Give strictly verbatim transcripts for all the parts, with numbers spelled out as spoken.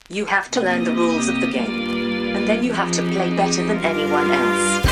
You have to learn the rules of the game. And then you have to play better than anyone else.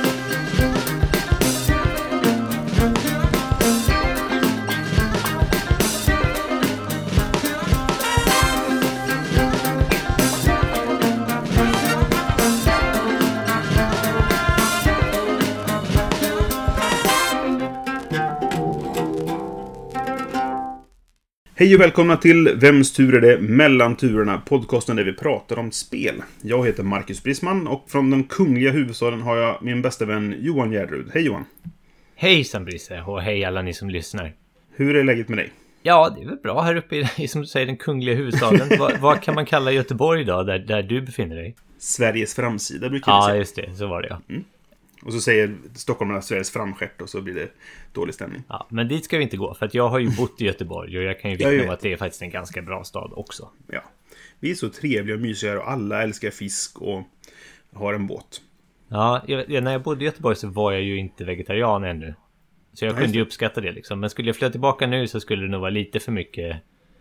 Hej och välkomna till Vems tur är det mellan turerna, podcasten där vi pratar om spel. Jag heter Marcus Brisman och från den kungliga huvudstaden har jag min bästa vän Johan Gärrud. Hej Johan! Hej Brisse och hej alla ni som lyssnar. Hur är läget med dig? Ja, det är väl bra här uppe i, som du säger, den kungliga huvudstaden. vad, vad kan man kalla Göteborg då, där, där du befinner dig? Sveriges framsida brukar ja, vi säga. Ja, just det, så var det ja. Mm. Och så säger stockholmarna Sveriges framskärt och så blir det dålig stämning. Ja, men dit ska vi inte gå för att jag har ju bott i Göteborg och jag kan ju vittna om att det är faktiskt en ganska bra stad också. Ja, vi är så trevliga och mysiga och alla älskar fisk och har en båt. Ja, jag, när jag bodde i Göteborg så var jag ju inte vegetarian ännu. Så jag ja, kunde ju uppskatta det liksom. Men skulle jag flytta tillbaka nu så skulle det nog vara lite för mycket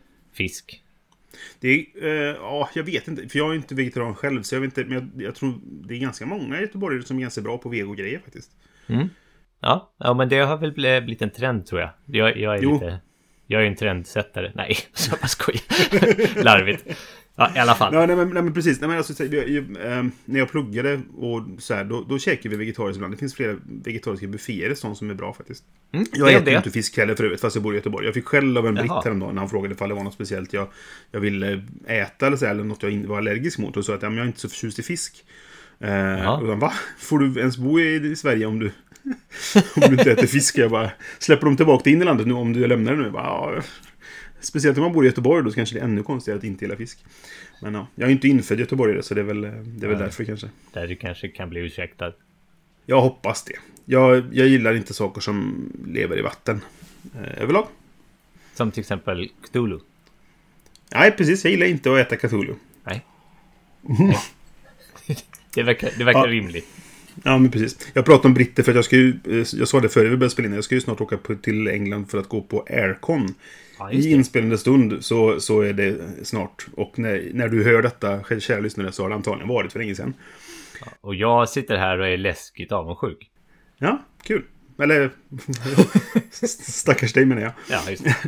fisk. Det är, eh, ja, jag vet inte. För jag är inte vegetarian själv. Så jag vet inte, men jag, jag tror det är ganska många göteborgare som är ganska bra på vego-grejer faktiskt. Mm. Ja, ja, men det har väl blivit en trend tror jag. Jag, jag är jo. lite... Jag är en trendsättare. Nej, så jag bara skojar. Larvigt. Ja, i alla fall. Ja, nej, men, nej, men precis. Nej, men alltså, jag, jag, äh, när jag pluggade och så här, då, då käkar vi vegetariskt ibland. Det finns flera vegetariska bufféer, sånt som är bra faktiskt. Mm, jag äter inte fisk heller för övrigt, fast jag bor i Göteborg. Jag fick skäll av en britt häromdagen när han frågade ifall det var något speciellt jag, jag ville äta eller, så här, eller något jag var allergisk mot. Och så att ja, men jag är inte så förtjust i fisk. Uh, och han, va? Får du ens bo i, i Sverige om du om du inte äter fisk? Jag bara, släpper de tillbaka in i landet nu om du lämnar det nu? Bara, ja. Speciellt om man bor i Göteborg då kanske det är ännu konstigare att inte gilla fisk. Men ja, jag är inte infödd göteborgare så det är väl, det är väl ja, därför kanske. Där du kanske kan bli ursäktad. Jag hoppas det. Jag, jag gillar inte saker som lever i vatten eh, överlag. Som till exempel Cthulhu. Nej, precis. Jag gillar inte att äta Cthulhu. Nej. Mm. det verkar, det verkar ja. rimligt. Ja, men precis. Jag pratar om britter för att jag ska ju, jag sa det före vi började spela in, jag ska ju snart åka på, till England för att gå på Aircon. Ja, i inspelande stund så, så är det snart. Och när, när du hör detta, kära lyssnare, så har det antagligen varit för länge sedan. Ja, och jag sitter här och är läskigt avundsjuk. Ja, kul. Eller stackars dig menar jag. Ja, just det.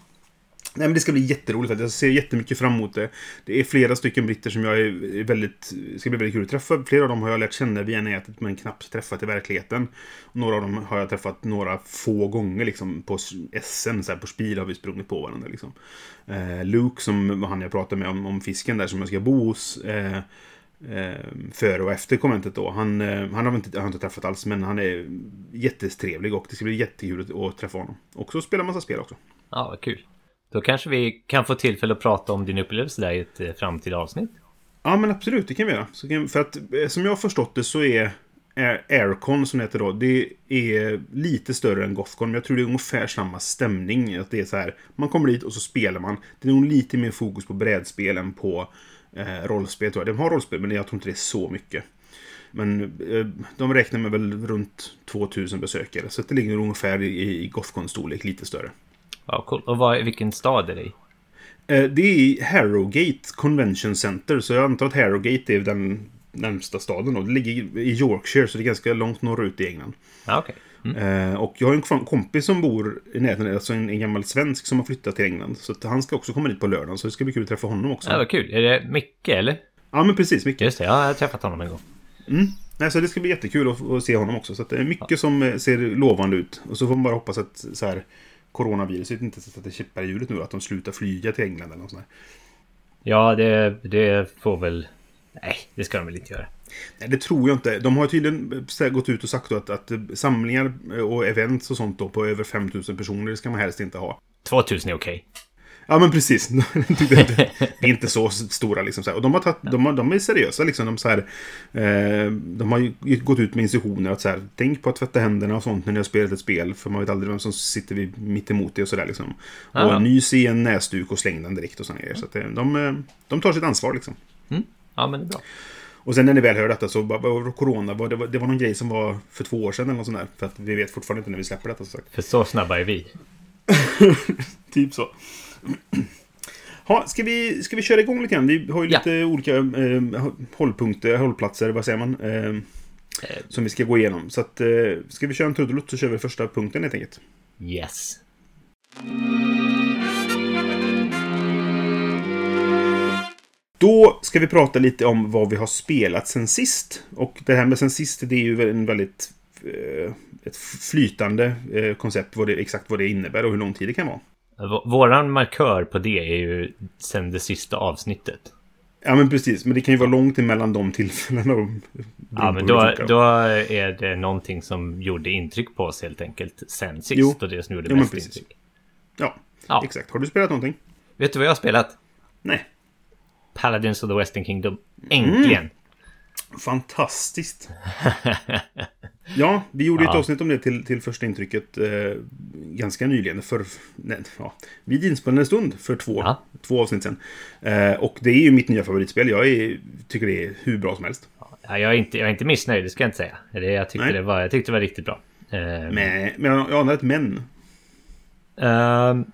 Nej, men det ska bli jätteroligt för att jag ser jättemycket fram emot det. Det är flera stycken britter som jag är väldigt, ska bli väldigt kul att träffa. Flera av dem har jag lärt känna via nätet men knappt träffat i verkligheten. Några av dem har jag träffat några få gånger liksom på S N, så här, på Spil har vi sprungit på varandra liksom. Eh, Luke som han jag pratade med om, om fisken där som jag ska bo hos eh, eh, före och efter konventet då. Han, eh, han har inte, har inte träffat alls men han är jättetrevlig och det ska bli jättekul att träffa honom. Och så spelar massa spel också. Ja, vad kul. Då kanske vi kan få tillfälle att prata om din upplevelse där i ett framtida avsnitt. Ja, men absolut, det kan vi göra. Så kan, för att som jag har förstått det så är Aircon som det heter då, det är lite större än Gothcon. Men jag tror det är ungefär samma stämning. Att det är så här, man kommer dit och så spelar man. Det är nog lite mer fokus på brädspel än på eh, rollspel tror jag. De har rollspel men jag tror inte det är så mycket. Men eh, de räknar med väl runt tvåtusen besökare. Så det ligger ungefär i, i Gothcon-storlek, lite större. Ja, cool. Och vad, vilken stad är det i? Det är i Harrogate Convention Center. Så jag antar att Harrogate är den närmsta staden. Och det ligger i Yorkshire så det är ganska långt norrut i England. Ja, okej. Okay. Mm. Och jag har en kompis som bor i närheten. Alltså en, en gammal svensk som har flyttat till England. Så att han ska också komma dit på lördagen. Så det ska bli kul att träffa honom också. Ja, vad kul. Är det Micke eller? Ja, men precis. Micke. Just det, ja, jag har träffat honom en gång. Mm. Nej, så det ska bli jättekul att, att se honom också. Så att det är mycket ja. som ser lovande ut. Och så får man bara hoppas att så här... coronaviruset inte så att det chippar i hjulet nu att de slutar flyga till England eller något sånt där. Ja, det, det får väl... Nej, det ska de väl inte göra. Nej, det tror jag inte. De har tydligen gått ut och sagt då att, att samlingar och events och sånt då på över fem tusen personer, det ska man helst inte ha. två tusen är okej. Ja, men precis. Det är inte så stora liksom så här. Och de har tagit, de, har, de är seriösa liksom. De, så här, eh, de har ju gått ut med instruktioner att så här, tänk på att tvätta händerna och sånt när ni har spelat ett spel. För man vet aldrig vem som sitter vid, mitt emot det och sådär liksom. Ja. Och nys i en näsduk och släng den direkt och sådär. Mm. Så att de, de tar sitt ansvar liksom. Mm. Ja, men det är bra. Och sen när ni väl hör detta så var corona, var, det, var, det var någon grej som var för två år sedan eller något sånt där. För att vi vet fortfarande inte när vi släpper detta så sagt. För så snabba är vi. Typ så. Ha, ska, vi, ska vi köra igång lite grann? Vi har ju Ja. lite olika eh, hållpunkter, hållplatser, vad säger man? Eh, som vi ska gå igenom. Så att, eh, ska vi köra en trudelutt så kör vi första punkten helt enkelt. Yes. Då ska vi prata lite om vad vi har spelat sen sist. Och det här med sen sist, det är ju en väldigt eh, ett flytande eh, koncept, vad det, exakt vad det innebär och hur lång tid det kan vara. V- våran markör på det är ju sen det sista avsnittet. Ja, men precis. Men det kan ju vara långt emellan de tillfällena. Och, ja, men då, då är det någonting som gjorde intryck på oss helt enkelt sen sist. Jo. Och det som gjorde Jo, mest precis. intryck. Ja, Ja, exakt. Har du spelat någonting? vet du vad jag har spelat? Nej. Paladins of the Western Kingdom. Äntligen! Mm. Fantastiskt. Ja, vi gjorde Ja. ett avsnitt om det till, till första intrycket eh, ganska nyligen. För, nej, ja, vid inspelande stund för två, Ja. två avsnitt sen. Eh, och det är ju mitt nya favoritspel. Jag är, tycker det är hur bra som helst. Ja, jag, är inte, jag är inte missnöjd, det ska jag inte säga. Det, jag, tyckte det var, jag tyckte det var riktigt bra. Ehm, Men, men jag anar ett men. ehm,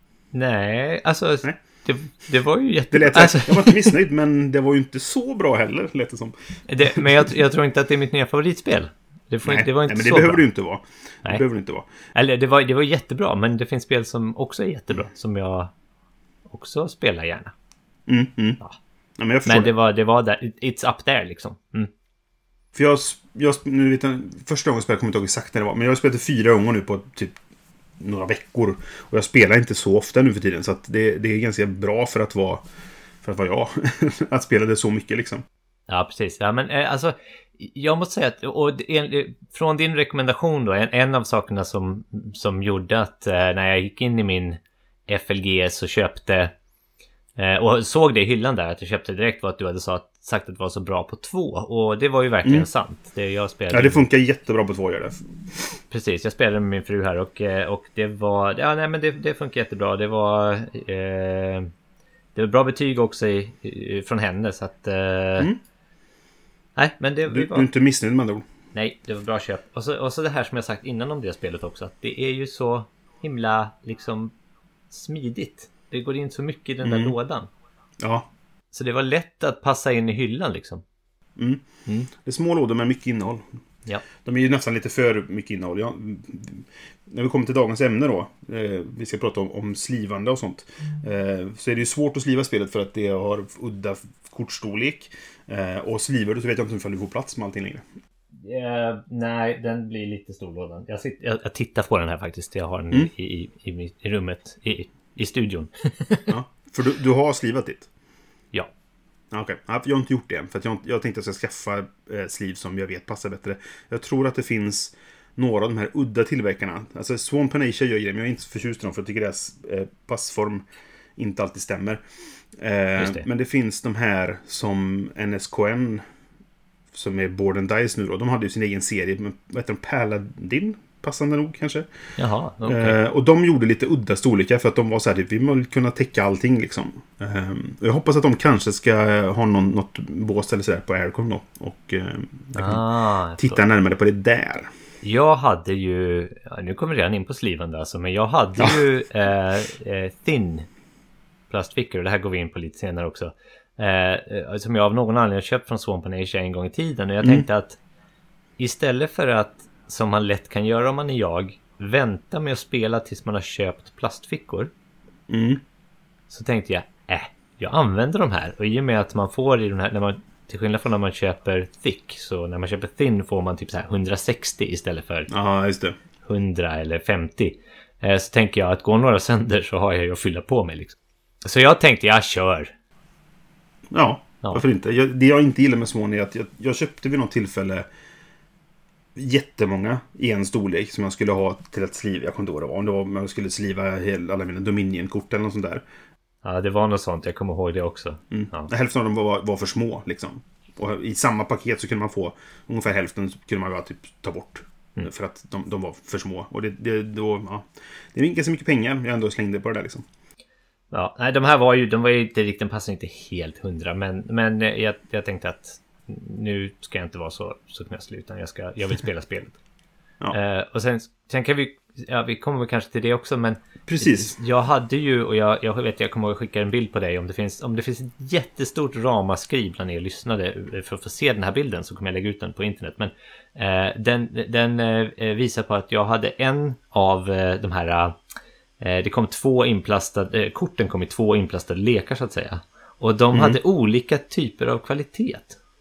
nej, alltså... Nej. Det, det var ju Det jättebra. lät så här, Alltså, jag var inte missnöjd, men det var ju inte så bra heller, lät det som. det, men jag, jag tror inte att det är mitt nya favoritspel. Det, får, Nej, det var inte nej, men det så behöver bra. det ju inte vara. Det Nej. behöver det inte vara. Eller det var, det var jättebra, men det finns spel som också är jättebra. Som jag också spelar gärna. Mm, mm. Ja. Ja, men jag förstår Men det det. var, det var där, it's up there liksom. Mm. För jag, jag, nu vet jag, första gången jag spelade, kommer jag inte ihåg exakt när det var. Men jag har spelat fyra gånger nu på typ några veckor. Och jag spelar inte så ofta nu för tiden. Så att det, det är ganska bra för att vara, för att vara jag. Att spela det så mycket liksom. Ja, precis. Ja, men eh, alltså, jag måste säga att, och det, eh, från din rekommendation då, en, en av sakerna som, som gjorde att eh, när jag gick in i min F L G S och köpte eh, och såg det i hyllan där, att jag köpte direkt var att du hade sagt, sagt att det var så bra på två. Och det var ju verkligen Mm. sant. Det, jag spelade, Ja, det funkar jättebra på två, gör det. precis, jag spelade med min fru här och, eh, och det var, ja nej men det, det funkar jättebra. Det var eh, det var bra betyg också i, i, från henne så att eh, Mm. nej men det Du, vi du var, är inte missnöjd med andra ord. nej, det var bra köp. Och så, och så det här som jag sagt innan om det spelet också. Att det är ju så himla liksom smidigt. Det går in så mycket i den Mm. där lådan. Ja. Så det var lätt att passa in i hyllan liksom. Mm. Mm. Det är små lådor med mycket innehåll. Ja. De är ju nästan lite för mycket innehåll. Ja, när vi kommer till dagens ämne då. Eh, vi ska prata om, om slivande och sånt. Eh, så är det ju svårt att sliva spelet för att det har udda kortstorlek. Eh, och slivar du så vet jag inte om du får plats med allting längre. Uh, nej, den blir lite stor lådan. Jag, sitter, jag, jag tittar på den här faktiskt. Jag har den Mm. i, i, i, i rummet. I, i studion. Ja. För du, du har slivat ditt? Ja. Okej, okay. Ja, jag har inte gjort det än. För att jag, jag tänkte att jag ska skaffa eh, sliv som jag vet passar bättre. Jag tror att det finns några av de här udda tillverkarna. Alltså Swan Panacea gör det, men jag är inte så förtjust i dem för jag tycker deras eh, passform inte alltid stämmer. Eh, Just det. Men det finns de här som N S K N som är Board and Dice nu då. De hade ju sin egen serie, men vad heter de? Paladin? Passande nog kanske. Jaha, okej. Eh, och de gjorde lite udda storlekar för att de var så här, typ, vi måste kunna täcka allting liksom. Eh, och jag hoppas att de kanske ska ha någon, något bås eller sådär på Aircon då. Och eh, jag kan Ah, jag titta förstår. närmare på det där. Jag hade ju, ja, nu kommer vi redan in på slivande alltså, men jag hade Ja. ju eh, eh, thin plastfickor, och det här går vi in på lite senare också. Eh, eh, som jag av någon anledning köpt från Swan Panacea en gång i tiden, och jag Mm. tänkte att istället för att, som man lätt kan göra om man är jag, vänta med att spela tills man har köpt plastfickor, Mm. så tänkte jag, äh, jag använder de här, och i och med att man får i den här, när man, till skillnad från när man köper thick, så när man köper thin får man typ så här hundrasextio istället för Ja, just det. hundra eller femtio. Eh, så tänker jag att går några sönder så har jag ju att fylla på med liksom. Så jag tänkte, jag kör. Ja, Ja. varför inte? Jag, det jag inte gillar med Swan är att jag, jag köpte vid något tillfälle jättemånga i en storlek som jag skulle ha till att sliva. Jag kommer inte ihåg vad det var. Om det var om jag skulle sliva hela, alla mina Dominion-kort eller något sånt där. Ja, det var något sånt. Jag kommer ihåg det också. Mm. Ja. Hälften av dem var, var för små liksom. Och i samma paket så kunde man få ungefär hälften, så kunde man bara typ ta bort. Mm. För att de, de var för små. Och det, det, då, ja, det är inte så mycket pengar jag ändå slängde på det där liksom. Ja, nej, de här var ju, de var ju inte riktigt, de passade inte helt hundra, men, men jag, jag tänkte att nu ska jag inte vara så, så knöslig, utan jag, ska, jag vill spela spelet. Ja. Eh, och sen, sen kan vi ja, vi kommer kanske till det också, men precis. Jag hade ju, och jag, jag vet, jag kommer ihåg att skicka en bild på dig om det finns, om det finns ett jättestort ramaskri bland er lyssnade för att få se den här bilden, så kommer jag lägga ut den på internet. Men eh, den, den eh, visar på att jag hade en av eh, de här, eh, det kom två inplastade, eh, korten kom i två inplastade lekar så att säga. Och de mm. hade olika typer av kvalitet.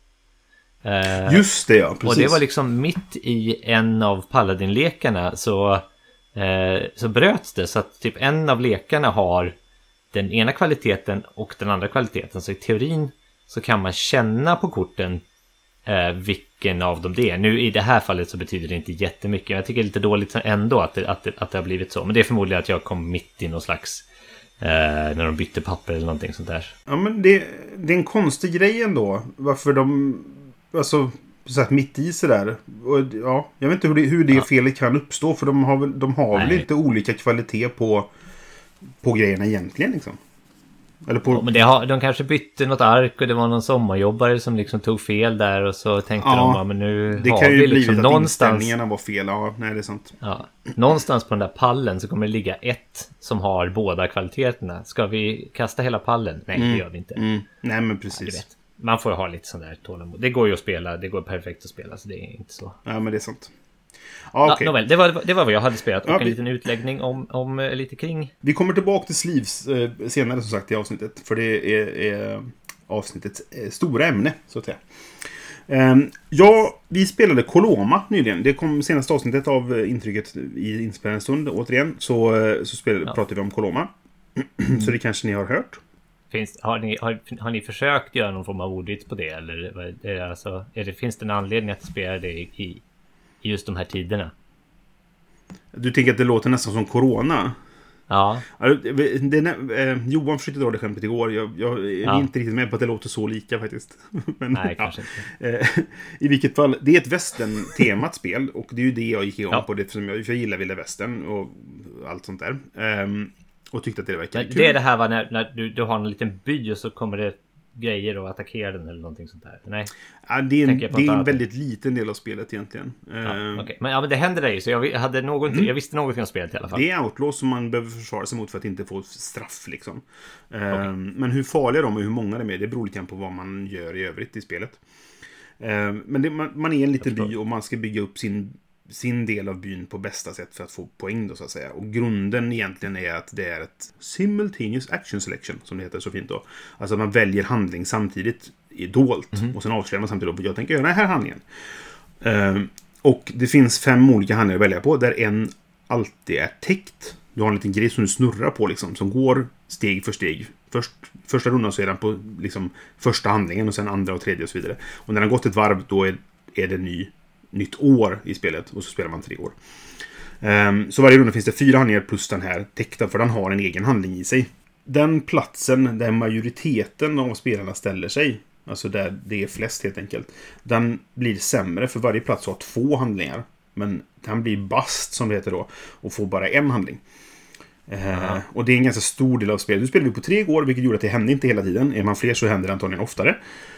Eh, Just det, ja, precis. Och det var liksom mitt i en av Paladin-lekarna så, eh, så bröts det. Så att typ en av lekarna har den ena kvaliteten och den andra kvaliteten. Så i teorin så kan man känna på korten eh, vilken av dem det är. Nu i det här fallet så betyder det inte jättemycket. Jag tycker det är lite dåligt ändå att det, att det, att det har blivit så. Men det är förmodligen att jag kom mitt i någon slags... Eh, när de bytte papper eller någonting sånt där. Ja, men det, det är en konstig grej ändå. Varför de... Alltså, så att mitt i sådär. Och, ja, jag vet inte hur det, hur det ja. felet kan uppstå. För de har väl, de har väl lite olika kvalitet på, på grejerna egentligen liksom. Eller på... Ja, men det har, de kanske bytte något ark och det var någon sommarjobbare som liksom tog fel där och så tänkte ja, de, ja, men nu det har kan ju vi bli liksom att någonstans... inställningarna var fel, ja, nej det är sant. Ja, någonstans på den där pallen så kommer det ligga ett som har båda kvaliteterna. Ska vi kasta hela pallen? Nej, mm. det gör vi inte. Mm. Nej, men precis. Ja, man får ha lite sån där tålamod. Det går ju att spela, det går perfekt att spela, så det är inte så. Ja, men det är sant. Ja, okay. Ja, nåväl, det var, det var vad jag hade spelat och ja, en vi... liten utläggning om, om uh, lite kring. Vi kommer tillbaka till Sleeves eh, senare som sagt i avsnittet. För det är, är avsnittets eh, stora ämne, så att säga. Eh, ja, vi spelade Coloma nyligen. Det kom senaste avsnittet av intrycket i inspelande stund. Återigen så, så spelade, ja. pratade vi om Coloma. Så det kanske ni har hört. Finns, har, ni, har, har ni försökt göra någon form av ordvits på det? Eller är det, alltså, är det, finns det en anledning att spela det i, i just de här tiderna? Du tänker att det låter nästan som corona? Ja. Det, det, eh, Johan försökte dra det skämtet igår. Jag, jag är ja. inte riktigt med på att det låter så lika faktiskt. Men, Nej, ja. kanske inte. Eh, I vilket fall, det är ett västern-temat spel. Och det är ju det jag gick igång ja. på. Det, för jag, för jag gillar vilda västern och allt sånt där. Um, och tyckte att det verkar kul. Det är det här va, när, när du, du har en liten by och så kommer det grejer och attackera den eller någonting sånt där. Nej. Ja, det är en, det är en väldigt liten del av spelet egentligen. Ja, okay. men, ja, men det händer dig så jag hade något, mm. jag visste någonting om spelet i alla fall. Det är outlaws som man behöver försvara sig mot för att inte få straff liksom. Okay. Um, men hur farliga de är och hur många de är, det beror lite på vad man gör i övrigt i spelet. Um, men det, man, man är en liten by och man ska bygga upp sin sin del av byn på bästa sätt för att få poäng då så att säga. Och grunden egentligen är att det är ett simultaneous action selection som det heter så fint då. Alltså att man väljer handling samtidigt i dolt mm-hmm. och sen avslöjar man samtidigt då, jag tänker göra den här handlingen. Uh, och det finns fem olika handlingar att välja på där en alltid är täckt. Du har en liten grej som du snurrar på liksom som går steg för steg. Först, första rundan så är den på liksom första handlingen och sen andra och tredje och så vidare. Och när den har gått ett varv då är, är det ny nytt år i spelet och så spelar man tre år. Um, så varje runda finns det fyra handlingar plus den här täckta för den har en egen handling i sig. Den platsen där majoriteten av spelarna ställer sig, alltså där det är flest helt enkelt, den blir sämre för varje plats har två handlingar. Men den blir bast som det heter då och får bara en handling. Uh, och det är en ganska stor del av spelet. Nu spelar vi på tre år vilket gjorde att det hände inte hela tiden. Är man fler så händer det antagligen oftare.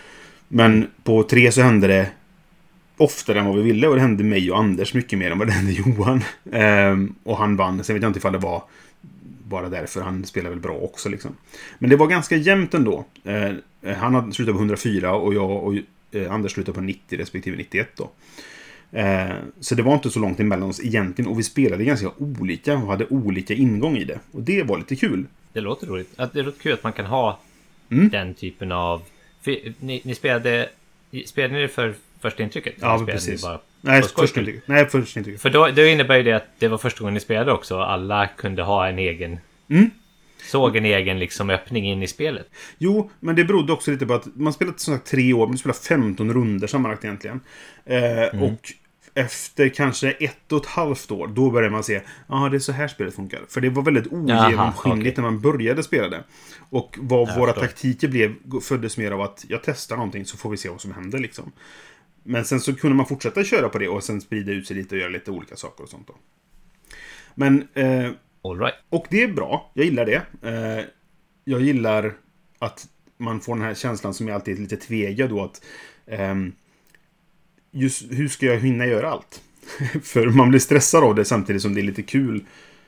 Men på tre så hände det oftare än vad vi ville och det hände mig och Anders mycket mer än vad det hände Johan. Ehm, och han vann. Sen vet jag inte ifall det var bara därför. Han spelar väl bra också liksom. Men det var ganska jämnt ändå. Ehm, han hade slutat på hundrafyra och jag och eh, Anders slutade på nittio respektive nittioett då. Ehm, så det var inte så långt emellan oss egentligen och vi spelade ganska olika och hade olika ingång i det. Och det var lite kul. Det låter roligt. Att det låter kul att man kan ha mm. den typen av... För, ni, ni spelade... Spelade ni det för första intrycket? Ja, precis. Nej, första intrycket. Nej, första intrycket. För då, då innebär ju det att det var första gången ni spelade också. Alla kunde ha en egen... Mm. Såg en egen liksom öppning in i spelet. Jo, men det berodde också lite på att man spelat som sagt tre år, men du spelar femton runder sammanlagt egentligen. Eh, mm. Och efter kanske ett och ett halvt år, då började man se ja, ah, det är så här spelet funkar. För det var väldigt ogenomskinligt okay. när man började spela det. Och vad jag våra förstår. taktiker blev föddes mer av att jag testar någonting så får vi se vad som händer liksom. Men sen så kunde man fortsätta köra på det och sen sprida ut sig lite och göra lite olika saker och sånt då. Men eh, all right. Och det är bra, jag gillar det. Eh, jag gillar att man får den här känslan som jag alltid är lite tvega då att eh, just hur ska jag hinna göra allt? För man blir stressad av det samtidigt som det är lite kul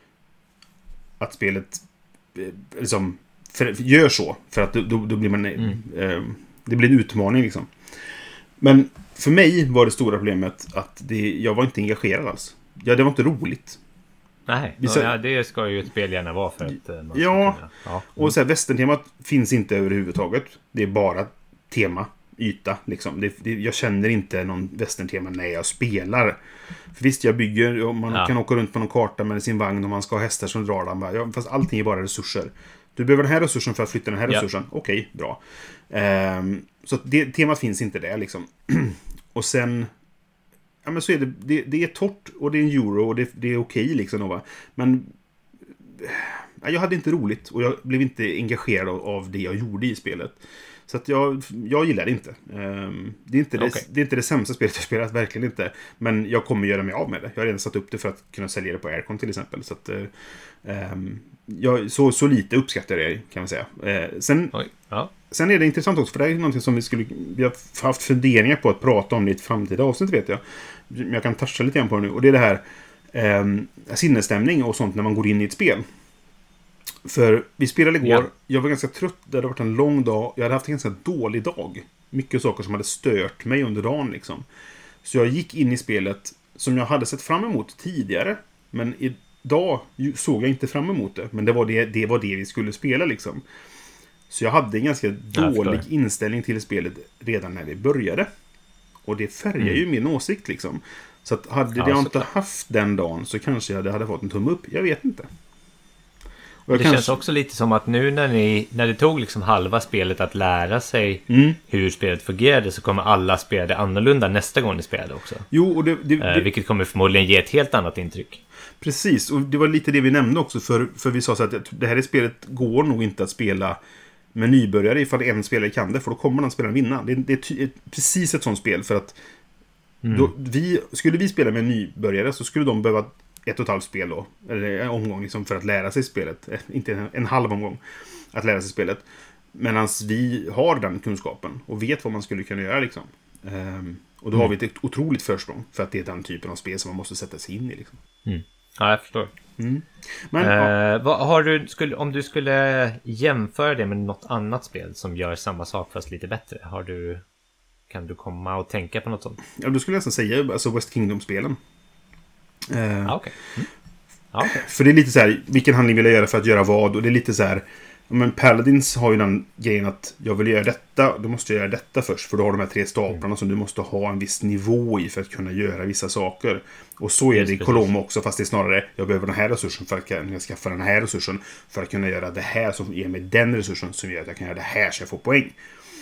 att spelet liksom för, gör så. För att då, då blir man... Mm. Eh, det blir en utmaning liksom. Men för mig var det stora problemet att det, jag var inte engagerad alls. Ja, det var inte roligt. Nej, så, ja, det ska ju ett spel gärna vara för att man ja, kunna, ja. Mm. Och så här, västerntemat finns inte överhuvudtaget. Det är bara tema, yta liksom. Det, det, jag känner inte någon västerntema när jag spelar. För visst, jag bygger och man ja. kan åka runt på någon karta med sin vagn och man ska ha hästar som drar den. Bara, ja, fast allting är bara resurser. Du behöver den här resursen för att flytta den här ja. resursen. Okej, okay, bra. Um, så det, temat finns inte där liksom. Och sen... Ja, men så är det, det, det är torrt och det är en euro och det, det är okej liksom. Va? Men ja, jag hade inte roligt och jag blev inte engagerad av, av det jag gjorde i spelet. Så att jag, jag gillar det inte. Um, det, är inte det, okay. det är inte det sämsta spelet jag spelat, verkligen inte. Men jag kommer göra mig av med det. Jag har redan satt upp det för att kunna sälja det på Aircon till exempel. Så att... Um, jag, så, så lite uppskattar det kan man säga. Uh, sen... Oj, ja. Sen är det intressant också, för det är någonting som vi skulle vi har haft funderingar på att prata om i ett framtida avsnitt, vet jag. Jag kan toucha lite grann på det nu. Och det är det här eh, sinnesstämning och sånt när man går in i ett spel. För vi spelade igår, ja. jag var ganska trött, det hade varit en lång dag. Jag hade haft en ganska dålig dag. Mycket saker som hade stört mig under dagen liksom. Så jag gick in i spelet som jag hade sett fram emot tidigare. Men idag såg jag inte fram emot det. Men det var det, det, var det vi skulle spela liksom. Så jag hade en ganska dålig inställning till spelet redan när vi började. Och det färgar mm. ju min åsikt liksom. Så att hade ja, jag inte klart. haft den dagen så kanske jag hade fått en tumme upp. Jag vet inte. Och det kanske... känns också lite som att nu när ni när det tog liksom halva spelet att lära sig mm. hur spelet fungerade, så kommer alla spela det annorlunda nästa gång ni spelade också. Jo, och det, det, det... Eh, vilket kommer förmodligen ge ett helt annat intryck. Precis, och det var lite det vi nämnde också. För, för vi sa så att det här spelet går nog inte att spela med nybörjare ifall en spelare kan det, för då kommer den spelaren vinna. Det, det är ty- precis ett sånt spel, för att mm. då, vi, skulle vi spela med en nybörjare så skulle de behöva ett och ett halvt spel då, eller en omgång liksom, för att lära sig spelet. Inte en, en halv omgång att lära sig spelet. Medan vi har den kunskapen och vet vad man skulle kunna göra liksom. Um, och då mm. har vi ett otroligt försprång, för att det är den typen av spel som man måste sätta sig in i liksom. Mm. Ja, jag förstår. Mm. Men, eh, ja. vad har du, skulle, om du skulle jämföra det med något annat spel som gör samma sak fast lite bättre, har du, kan du komma och tänka på något sånt? Ja, då skulle jag nästan säga alltså West Kingdom-spelen. Eh, ah, okay. Mm. Ah, okay. För det är lite så här, vilken handling vill jag göra för att göra vad? Och det är lite så här, men Paladins har ju den grejen att jag vill göra detta, då måste jag göra detta först. För då har de här tre staplarna mm. som du måste ha en viss nivå i för att kunna göra vissa saker. Och så är Just det i Coloma också, fast det är snarare, jag behöver den här resursen för att kunna skaffa den här resursen. För att kunna göra det här som ger mig den resursen som gör att jag kan göra det här så jag får poäng.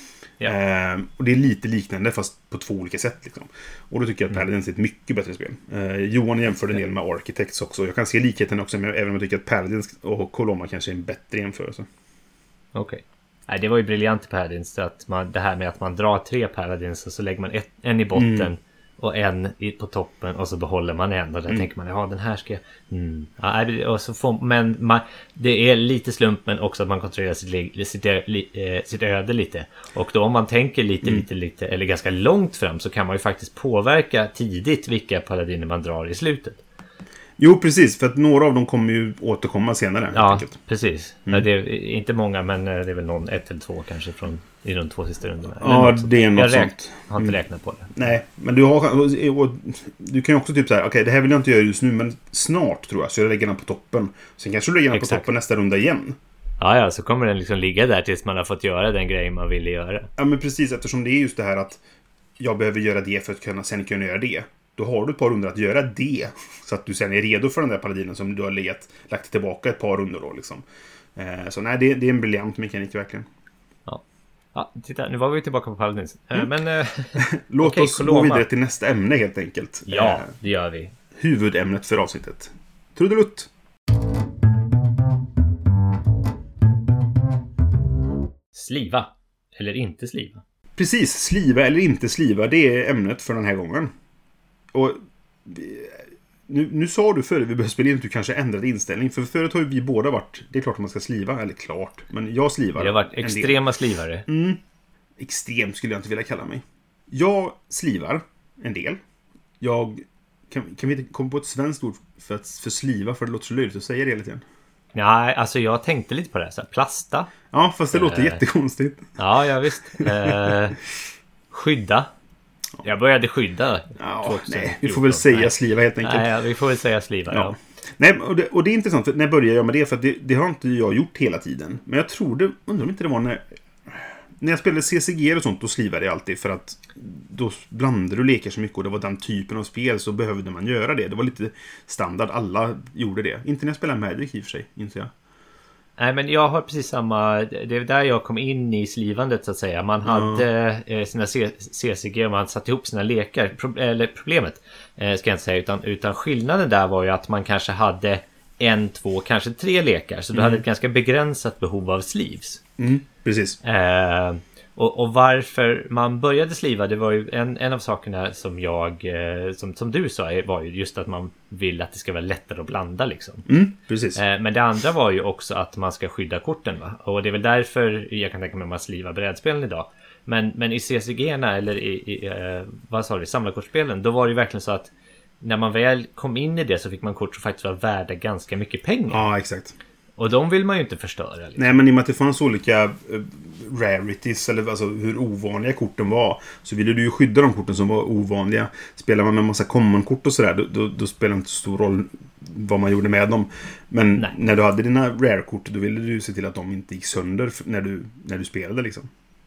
Yeah. Eh, och det är lite liknande fast på två olika sätt liksom. Och då tycker jag att Paladins är ett mycket bättre spel. eh, Johan jämförde en del med Architects också. Jag kan se likheten också, men även om jag tycker att Paladins och Coloma kanske är en bättre jämförelse. Okej. Okay. Nej, det var ju briljant i Paladins, att man, det här med att man drar tre Paladins och så lägger man ett, en i botten mm. och en i, på toppen, och så behåller man en, och där mm. tänker man, ja, den här ska jag mm. ja, och så får, men man, det är lite slump, men också att man kontrollerar sitt, sitt, äh, sitt öde lite, och då om man tänker lite, mm. lite, lite eller ganska långt fram, så kan man ju faktiskt påverka tidigt vilka paladiner man drar i slutet. Jo, precis, för att några av dem kommer ju återkomma senare. Ja, enkelt. Precis. Mm. Det är inte många, men det är väl någon, ett eller två kanske från i de två sista rundorna. Ja, det är något jag räkn- sånt. Jag har inte räknat på det. Nej, men du har du kan ju också typ så här, okej, okay, det här vill jag inte göra just nu, men snart tror jag, så jag lägger den på toppen. Sen kanske du lägger den Exakt. på toppen nästa runda igen. Ja, ja, så kommer den liksom ligga där tills man har fått göra den grejen man ville göra. Ja, men precis, eftersom det är just det här att jag behöver göra det för att kunna, sen kunna göra det. Då har du ett par runder att göra det. Så att du sen är redo för den där paladinen som du har legat, lagt tillbaka ett par runder då liksom. Eh, så nej, det, det är en briljant mekanik verkligen. Ja. Ja, titta, nu var vi tillbaka på paladins. Mm. Men, eh, Låt okay, oss Coloma. gå vidare till nästa ämne helt enkelt. Ja, eh, det gör vi. Huvudämnet för avsnittet. Trudelutt. Sliva. Eller inte sliva. Precis, sliva eller inte sliva, det är ämnet för den här gången. Och nu, nu sa du före vi började spela in att du kanske ändrade inställning. För förut har ju vi båda varit, det är klart att man ska sliva, eller klart, men jag slivar. Vi har varit extrema slivare. Mm, extrem skulle jag inte vilja kalla mig. Jag slivar en del. Jag kan, kan vi inte komma på ett svenskt ord för, att, för sliva, för det låter så löjligt att säga det hela tiden? Nej, alltså jag tänkte lite på det. Så här, plasta. Ja, fast det låter eh, jättekonstigt. Ja, ja visst. Eh, skydda. Jag började skydda. Ja, nej, vi får väl säga nej. Sliva helt enkelt. Nej, ja, vi får väl säga sliva, ja. ja. Nej, och det, och det är intressant, för när började jag med det? För att det, det har inte jag gjort hela tiden. Men jag tror det, undrar om inte det var när... När jag spelade C C G och sånt, då slivade jag alltid. För att då blandade du lekar så mycket och det var den typen av spel, så behövde man göra det. Det var lite standard, alla gjorde det. Inte när jag spelade Magic i och för sig, inte jag. Nej, men jag har precis samma... Det är där jag kom in i slivandet, så att säga. Man hade mm. sina C C G och man satte ihop sina lekar. Pro, eller problemet, ska jag inte säga. Utan, utan skillnaden där var ju att man kanske hade en, två, kanske tre lekar. Så du mm. hade ett ganska begränsat behov av sleeves. Mm, precis. Eh, och, och varför man började sliva, det var ju en, en av sakerna som jag, eh, som, som du sa, var ju just att man vill att det ska vara lättare att blanda liksom. Mm, precis. Eh, men det andra var ju också att man ska skydda korten, va? Och det är väl därför jag kan tänka mig att man slivar brädspelen idag. Men, men i C C G-erna eller i, i eh, vad sa du, samlarkortspelen, då var det ju verkligen så att när man väl kom in i det så fick man kort som faktiskt var värda ganska mycket pengar. Ja, exakt. Och de vill man ju inte förstöra. Liksom. Nej, men i och med att det fanns olika uh, rarities, eller alltså hur ovanliga korten var, så ville du ju skydda de korten som var ovanliga. Spelar man med en massa common-kort och sådär, då, då, då spelar det inte så stor roll vad man gjorde med dem. Men Nej. när du hade dina rare-kort, då ville du se till att de inte gick sönder när du, när du spelade liksom.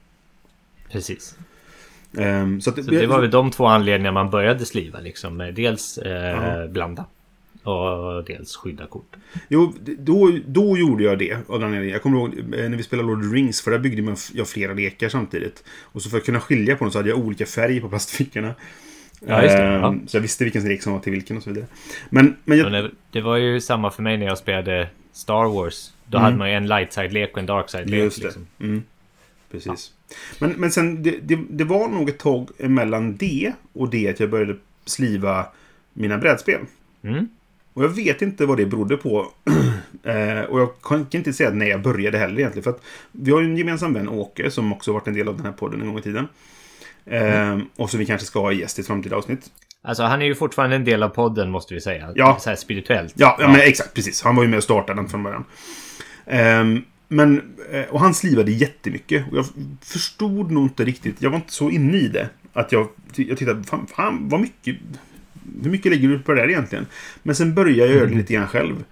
Precis. Um, så, att, så det var väl de två anledningarna man började sliva liksom. Dels eh, ja. blanda och dels skydda kort. Jo, då, då gjorde jag det. Jag kommer ihåg när vi spelade Lord of the Rings, för där byggde man jag flera lekar samtidigt. Och så för att kunna skilja på dem så hade jag olika färg på plastfickorna. Ja, just det. Ja. Så jag visste vilken lek som var till vilken och så vidare. Men, men jag... Det var ju samma för mig när jag spelade Star Wars. Då mm. hade man ju en light side-lek och en dark side-lek. Just det. Liksom. Mm. Precis. Ja. Men, men sen, det, det, det var nog ett tag mellan det och det att jag började sliva mina brädspel. Mm. Och jag vet inte vad det berodde på. eh, och jag kan inte säga när jag började heller egentligen. För att vi har ju en gemensam vän, Åke, som också varit en del av den här podden en gång i tiden. Eh, mm. Och så vi kanske ska ha gäst i ett framtida avsnitt. Alltså han är ju fortfarande en del av podden, måste vi säga. Ja. Så här spirituellt. Ja, ja, men exakt, precis. Han var ju med och startade den från början. Eh, men, och han slivade jättemycket. Och jag förstod nog inte riktigt. Jag var inte så inne i det. Att jag, jag tittade, fan, fan vad mycket... Hur mycket ligger du på det där egentligen? Men sen började jag göra det lite grann själv.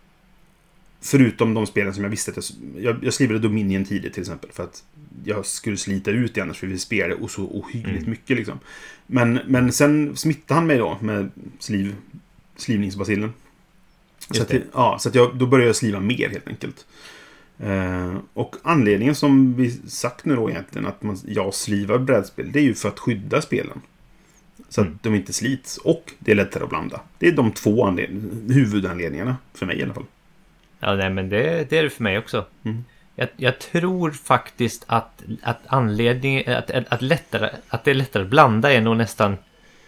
Förutom de spelen som jag visste att jag... Jag, jag slivade Dominion tidigt till exempel. För att jag skulle slita ut det annars. För vi spelade och så ohyggligt mm. mycket liksom. Men, men sen smittade han mig då med sliv, slivningsbasillen. Så att, ja, så att jag, då började jag sliva mer helt enkelt. Uh, och anledningen som vi sagt nu då egentligen att man, jag slivar brädspel, det är ju för att skydda spelen. Så att mm. de inte slits. Och det är lättare att blanda. Det är de två anled- huvudanledningarna. För mig i alla fall. Ja, nej, men det, det är det för mig också. Mm. Jag, jag tror faktiskt att, att anledningen att, att, att, lättare, att det är lättare att blanda är nog nästan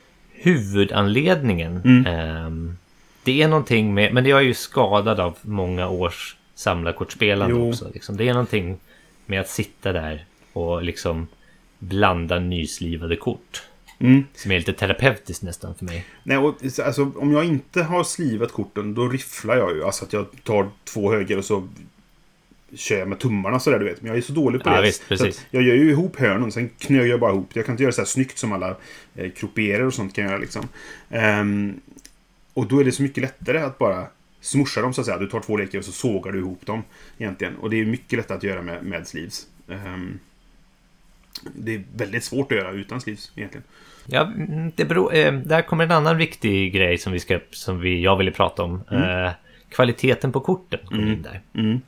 huvudanledningen. Mm. Um, det är någonting med... Men det är ju skadad av många års samlarkortspelande jo. också. Liksom. Det är någonting med att sitta där och liksom blanda nyslivade kort. Mm. Som är lite terapeutiskt nästan för mig. Nej, och, alltså, om jag inte har slivat korten, då rifflar jag ju. Alltså att jag tar två höger och så kör jag med tummarna så där, du vet. Men jag är så dålig på ja, det. Visst, precis. Så jag gör ju ihop hörnen, sen knöger jag bara ihop. Jag kan inte göra så här snyggt som alla eh, kropierer och sånt kan göra liksom. Um, och då är det så mycket lättare att bara smusha dem så att säga. Du tar två lekar och så sågar du ihop dem egentligen. Och det är mycket lättare att göra med, med sleeves. Um, det är väldigt svårt att göra utan sleeves egentligen. Ja, det beror, eh, där kommer en annan viktig grej som vi ska, som vi, jag ville prata om. Mm. Eh, kvaliteten på korten kommer mm. in där. Mm.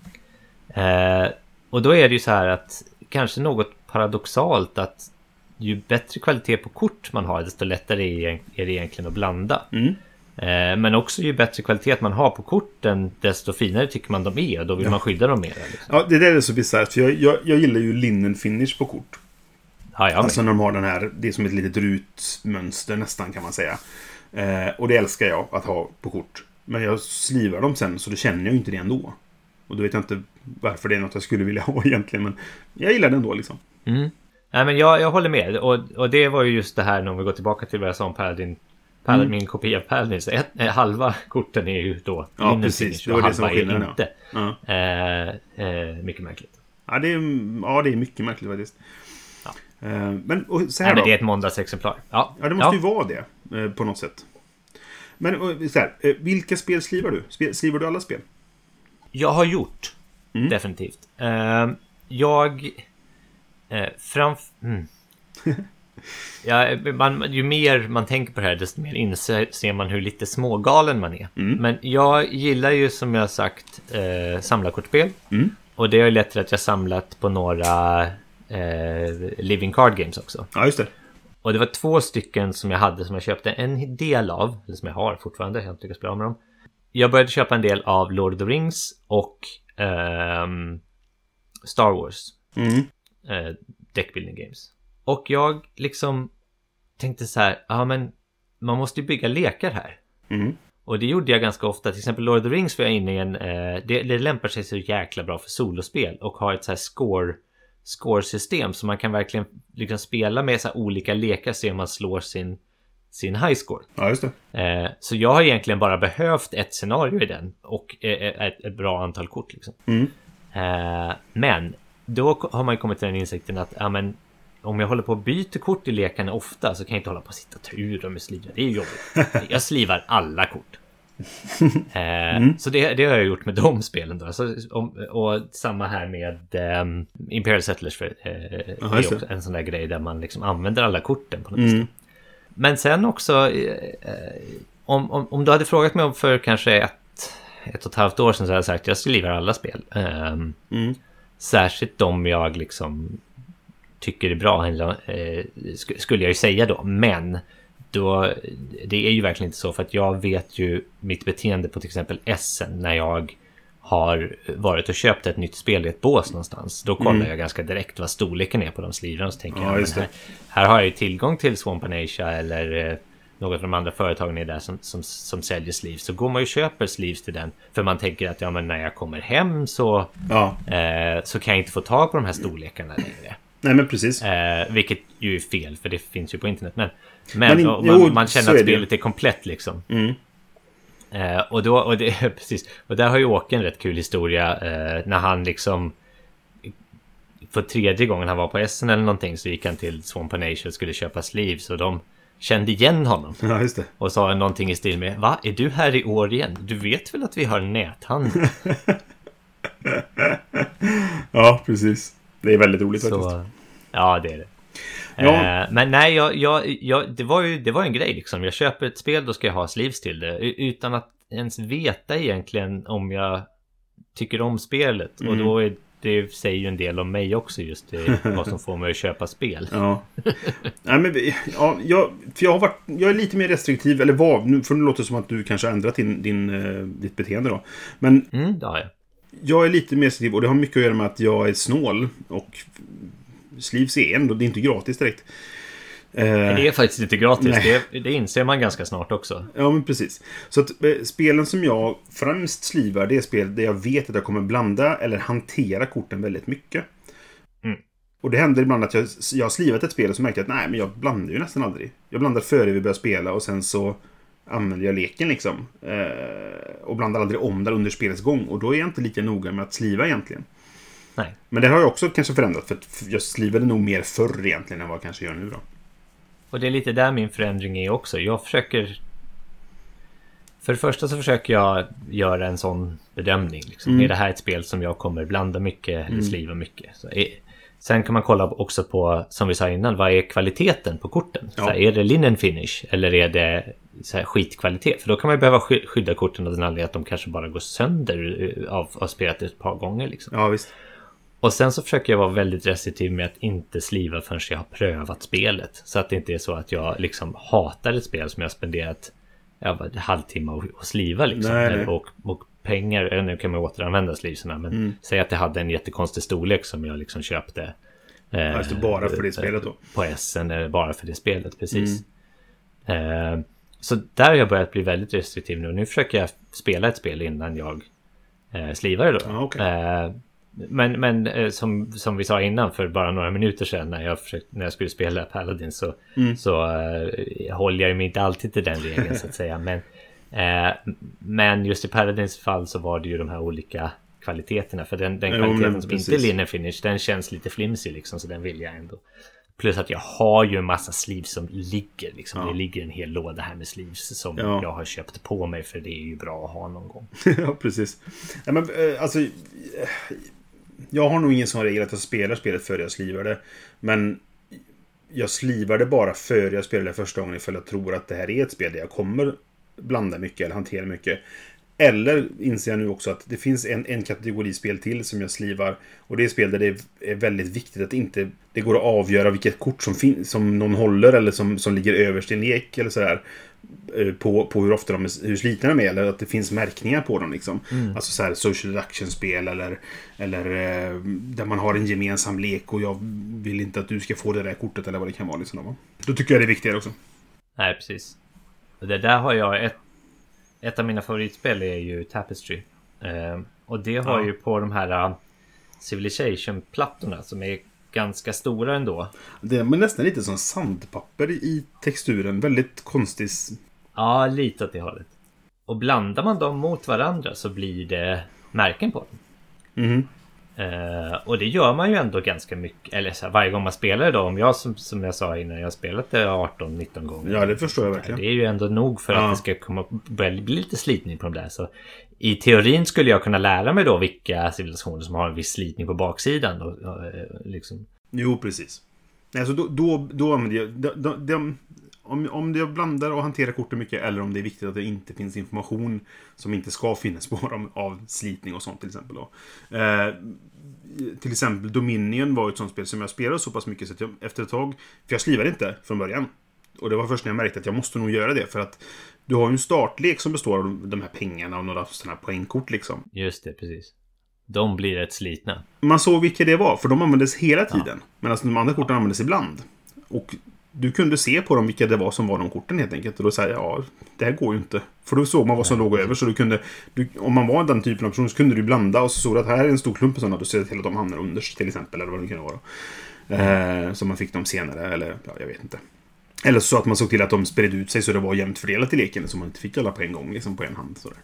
Eh, och då är det ju så här att kanske något paradoxalt att ju bättre kvalitet på kort man har, desto lättare är det egentligen att blanda. Mm. Eh, men också ju bättre kvalitet man har på korten, desto finare tycker man de är. Och då vill ja. man skydda dem mer. Liksom. Ja, det där är så bisarrt. För jag, jag, jag gillar ju linen finish på kort. Ja, alltså när de har den här, det är som ett litet rutmönster nästan kan man säga. Eh, och det älskar jag att ha på kort. Men jag slivar dem sen så då känner jag ju inte det ändå. Och då vet jag inte varför det är något jag skulle vilja ha egentligen. Men jag gillar det ändå liksom. Mm. Nej, men jag, jag håller med. Och, och det var ju just det här när vi går tillbaka till vad jag sa om Paladin Pal- mm. min kopia av Paladin. Så ett, eh, halva korten är ju då ja, precis. Det var det som var skillnaden, inte. Ja. Eh, eh, mycket märkligt. Ja, det är, ja, det är mycket märkligt faktiskt. Ja. Eh, men, och så här Nej, men då. det är ett måndagsexemplar. Ja, ja det måste ja. ju vara det eh, på något sätt. Men och, så här, eh, vilka spel slivar du? Sp- slivar du alla spel? Jag har gjort. Mm. Definitivt. Eh, jag... Eh, framf... Mm. Ja, man, ju mer man tänker på det här, desto mer inser man hur lite smågalen man är. Mm. Men jag gillar ju, som jag har sagt, eh, samlarkortspel. Mm. Och det har ju lett till att jag samlat på några eh, Living Card Games också. Ja, just det. Och det var två stycken som jag hade som jag köpte en del av, eller som jag har fortfarande, jag har inte lyckats bli av med dem. Jag började köpa en del av Lord of the Rings och eh, Star Wars. Mm. Eh, deckbuilding games. Och jag liksom tänkte så här, ja men man måste ju bygga lekar här. Mm. Och det gjorde jag ganska ofta. Till exempel Lord of the Rings var jag inne i en, eh, det, det lämpar sig så jäkla bra för solospel. Och har ett så här score, score-system. Så man kan verkligen liksom spela med så här olika lekar så man slår sin, sin high score. Ja, just det. Eh, så jag har egentligen bara behövt ett scenario i den. Och eh, ett, ett bra antal kort liksom. Mm. Eh, men då har man ju kommit till den insikten att ja men om jag håller på att byta kort i lekarna ofta så kan jag inte hålla på att sitta och ta ur dem och sliva. Det är ju jobbigt. Jag slivar alla kort. eh, mm. Så det, det har jag gjort med de spelen då. Så, om, och samma här med um, Imperial Settlers. För, eh, det är också en sån där grej där man liksom använder alla korten på något mm. sätt. Men sen också eh, om, om, om du hade frågat mig om för kanske ett, ett och ett halvt år sedan så hade jag sagt att jag slivar alla spel. Eh, mm. Särskilt de jag liksom tycker det är bra eh, skulle jag ju säga då, men då, det är ju verkligen inte så, för att jag vet ju mitt beteende på till exempel Essen när jag har varit och köpt ett nytt spel i ett bås någonstans, då kollar mm. jag ganska direkt vad storleken är på de slivrarna och så tänker ja, jag, här, här har jag ju tillgång till Swamp Asia eller eh, något av de andra företagen är där som, som, som säljer sleeves, så går man ju och köper sleeves till den, för man tänker att ja men när jag kommer hem så, ja. eh, så kan jag inte få tag på de här storlekarna längre. Nej, men precis. Eh, vilket ju är fel, för det finns ju på internet. Men, men, men man, jo, man känner att spelet är komplett liksom. Mm. Eh, och, då, och, det, precis, och där har ju Åke en rätt kul historia. Eh, när han liksom för tredje gången han var på Essen eller någonting, så gick han till Swamp Asia och skulle köpa sleeves. Och de kände igen honom. Ja, just det. Och sa någonting i stil med: va, är du här i år igen? Du vet väl att vi har näthandel? Ja, precis. Det är väldigt roligt så, faktiskt. Ja, det är det. Ja. Eh, men nej, jag, jag, jag, det, var ju, det var en grej liksom. Jag köper ett spel, då ska jag ha sleeves till det. Utan att ens veta egentligen om jag tycker om spelet. Mm. Och då är, det säger ju en del om mig också, just det, vad som får mig att köpa spel. Ja. Nej, men, ja, jag, för jag, har varit, jag är lite mer restriktiv, eller vad, nu, för det låter som att du kanske har ändrat din, din, ditt beteende då. Men mm, det har jag. Jag är lite mer restriktiv, och det har mycket att göra med att jag är snål. Och sleeves är ändå, det är inte gratis direkt. Det är faktiskt inte gratis, det, det inser man ganska snart också. Ja, men precis. Så att eh, spelen som jag främst slivar, det är spel där jag vet att jag kommer blanda eller hantera korten väldigt mycket. Mm. Och det händer ibland att jag, jag har slivat ett spel och så märker jag att nej, men jag blandar ju nästan aldrig. Jag blandar före vi börjar spela och sen så använder jag leken liksom. Eh, och blandar aldrig om där under spelets gång. Och då är jag inte lika noga med att sliva egentligen. Nej. Men det har jag också kanske förändrat, för att jag slivade nog mer förr egentligen än vad jag kanske gör nu då. Och det är lite där min förändring är också. Jag försöker... För det första så försöker jag göra en sån bedömning. Liksom. Mm. Är det här ett spel som jag kommer blanda mycket eller mm. sliva mycket? Så är... Sen kan man kolla också på, som vi sa innan, vad är kvaliteten på korten? Ja. Så här, är det linen finish eller är det så här skitkvalitet? För då kan man ju behöva skydda korten av den anledningen att de kanske bara går sönder av att ha spelat ett par gånger. Liksom. Ja, visst. Och sen så försöker jag vara väldigt restriktiv med att inte sliva förrän jag har prövat spelet. Så att det inte är så att jag liksom hatar ett spel som jag har spenderat ja, en halvtimme och sliva liksom. Nej, nej. Och, och pengar, nu kan man återanvända slivserna, men mm. säg att det hade en jättekonstig storlek som jag liksom köpte. Eh, alltså bara för det spelet då? På Essen, eller bara för det spelet, precis. Mm. Eh, så där har jag börjat bli väldigt restriktiv nu. Nu försöker jag spela ett spel innan jag eh, slivar det då. Ah, okay. eh, Men, men eh, som, som vi sa innan för bara några minuter sedan när jag, försökte, när jag skulle spela Paladin så, mm. så eh, håller jag mig inte alltid till den regeln så att säga. Men, eh, men just i Paladins fall så var det ju de här olika kvaliteterna. För den, den kvaliteten jo, som precis. inte är linen finish, den känns lite flimsig liksom, så den vill jag ändå. Plus att jag har ju en massa sleeves som ligger liksom. Ja. Det ligger en hel låda här med sleeves som ja. jag har köpt på mig, för det är ju bra att ha någon gång. Ja, precis. Ja, men, alltså, jag har nog ingen sån regel att jag spelar spelet före jag slivar det. Men jag slivar det bara före jag spelar det första gången, för jag tror att det här är ett spel där jag kommer blanda mycket eller hantera mycket. Eller inser jag nu också att det finns en, en kategori spel till som jag slivar. Och det är spel där det är väldigt viktigt att det inte det går att avgöra vilket kort som, fin- som någon håller eller som, som ligger överst i en lek eller sådär. På, på hur ofta de är, hur slitna de är, eller att det finns märkningar på dem liksom. Mm. Alltså så här social deduction-spel eller, eller där man har en gemensam lek och jag vill inte att du ska få det där kortet eller vad det kan vara liksom. Då tycker jag det är viktigare också. Nej, precis. Det där har jag ett Ett av mina favoritspel är ju Tapestry. Uh, och det har ja. ju på de här uh, Civilization-plattorna som är ganska stora ändå. Det är nästan lite som sandpapper i texturen. Väldigt konstig. Ja, lite åt det hållet. Och blandar man dem mot varandra så blir det märken på dem. Mhm. Uh, och det gör man ju ändå ganska mycket. Eller så här, varje gång man spelar då. Om jag som, som jag sa innan, jag har spelat det arton nitton gånger. Ja, det förstår jag verkligen. Det är ju ändå nog för ja. att det ska komma, bli lite slitning på de där. Så i teorin skulle jag kunna lära mig då vilka civilisationer som har en viss slitning på baksidan då, liksom. Jo, precis. Alltså då, då, då använder jag de, de, de, om, om jag blandar och hanterar korten mycket, eller om det är viktigt att det inte finns information som inte ska finnas på dem av slitning och sånt till exempel då. Eh, till exempel Dominion var ett sånt spel som jag spelade så pass mycket så att jag efter ett tag, för jag slivade inte från början. Och det var först när jag märkte att jag måste nog göra det, för att du har ju en startlek som består av de här pengarna och några sådana här poängkort liksom. Just det, precis. De blir rätt slitna. Man såg vilka det var, för de användes hela tiden. Ja. Men alltså de andra korten användes ibland. Och du kunde se på dem vilka det var som var de korten helt enkelt. Och då säger jag, ja, det här går ju inte. För då såg man vad som Nej. låg över. Så du kunde, du, om man var den typen av person så kunde du blanda. Och så såg du att här är en stor klump och sådana. Då ser du till att de hamnar underst till exempel. Eller vad det kunde vara. Mm. Eh, så man fick dem senare. Eller, ja, jag vet inte. Eller så att man såg till att de spred ut sig så det var jämnt fördelat i leken. Så man inte fick alla på en gång, liksom på en hand. Sådär.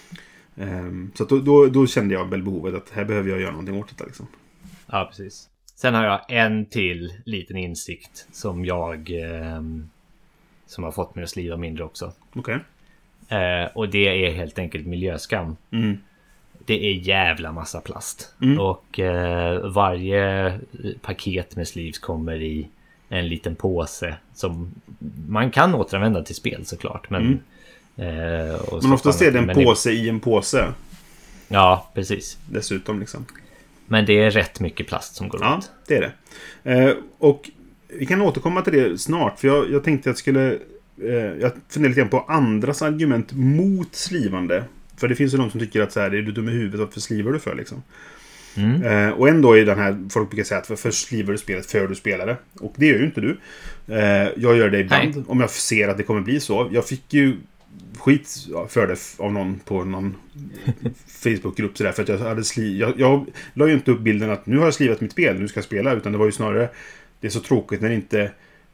Eh, så att då, då, då kände jag väl behovet att här behöver jag göra någonting åt det liksom. Ja, precis. Sen har jag en till liten insikt som jag eh, som har fått mig att sliva mindre också. Okej. Okay. Eh, och det är helt enkelt miljöskam. Mm. Det är jävla massa plast. Mm. Och eh, varje paket med sleeves kommer i en liten påse som man kan återanvända till spel såklart. Men, mm. eh, och men oftast är det en påse i... i en påse. Ja, precis. Dessutom liksom. Men det är rätt mycket plast som går ja, ut. Ja, det är det. Eh, och vi kan återkomma till det snart. För jag, jag tänkte att jag skulle... Eh, jag funderar lite på andras argument mot slivande. För det finns ju de som tycker att så här, är du dum i huvudet, varför slivar du för liksom? Mm. Eh, och ändå är den här... Folk brukar säga att för, för slivar du spelet för du spelar det. Och det gör ju inte du. Eh, jag gör det ibland. Nej. Om jag ser att det kommer bli så. Jag fick ju... skit för det av någon på någon Facebookgrupp sådär, för att jag hade sli- jag, jag la ju inte upp bilden att nu har jag slivat mitt spel, nu ska jag spela, utan det var ju snarare det är så tråkigt när inte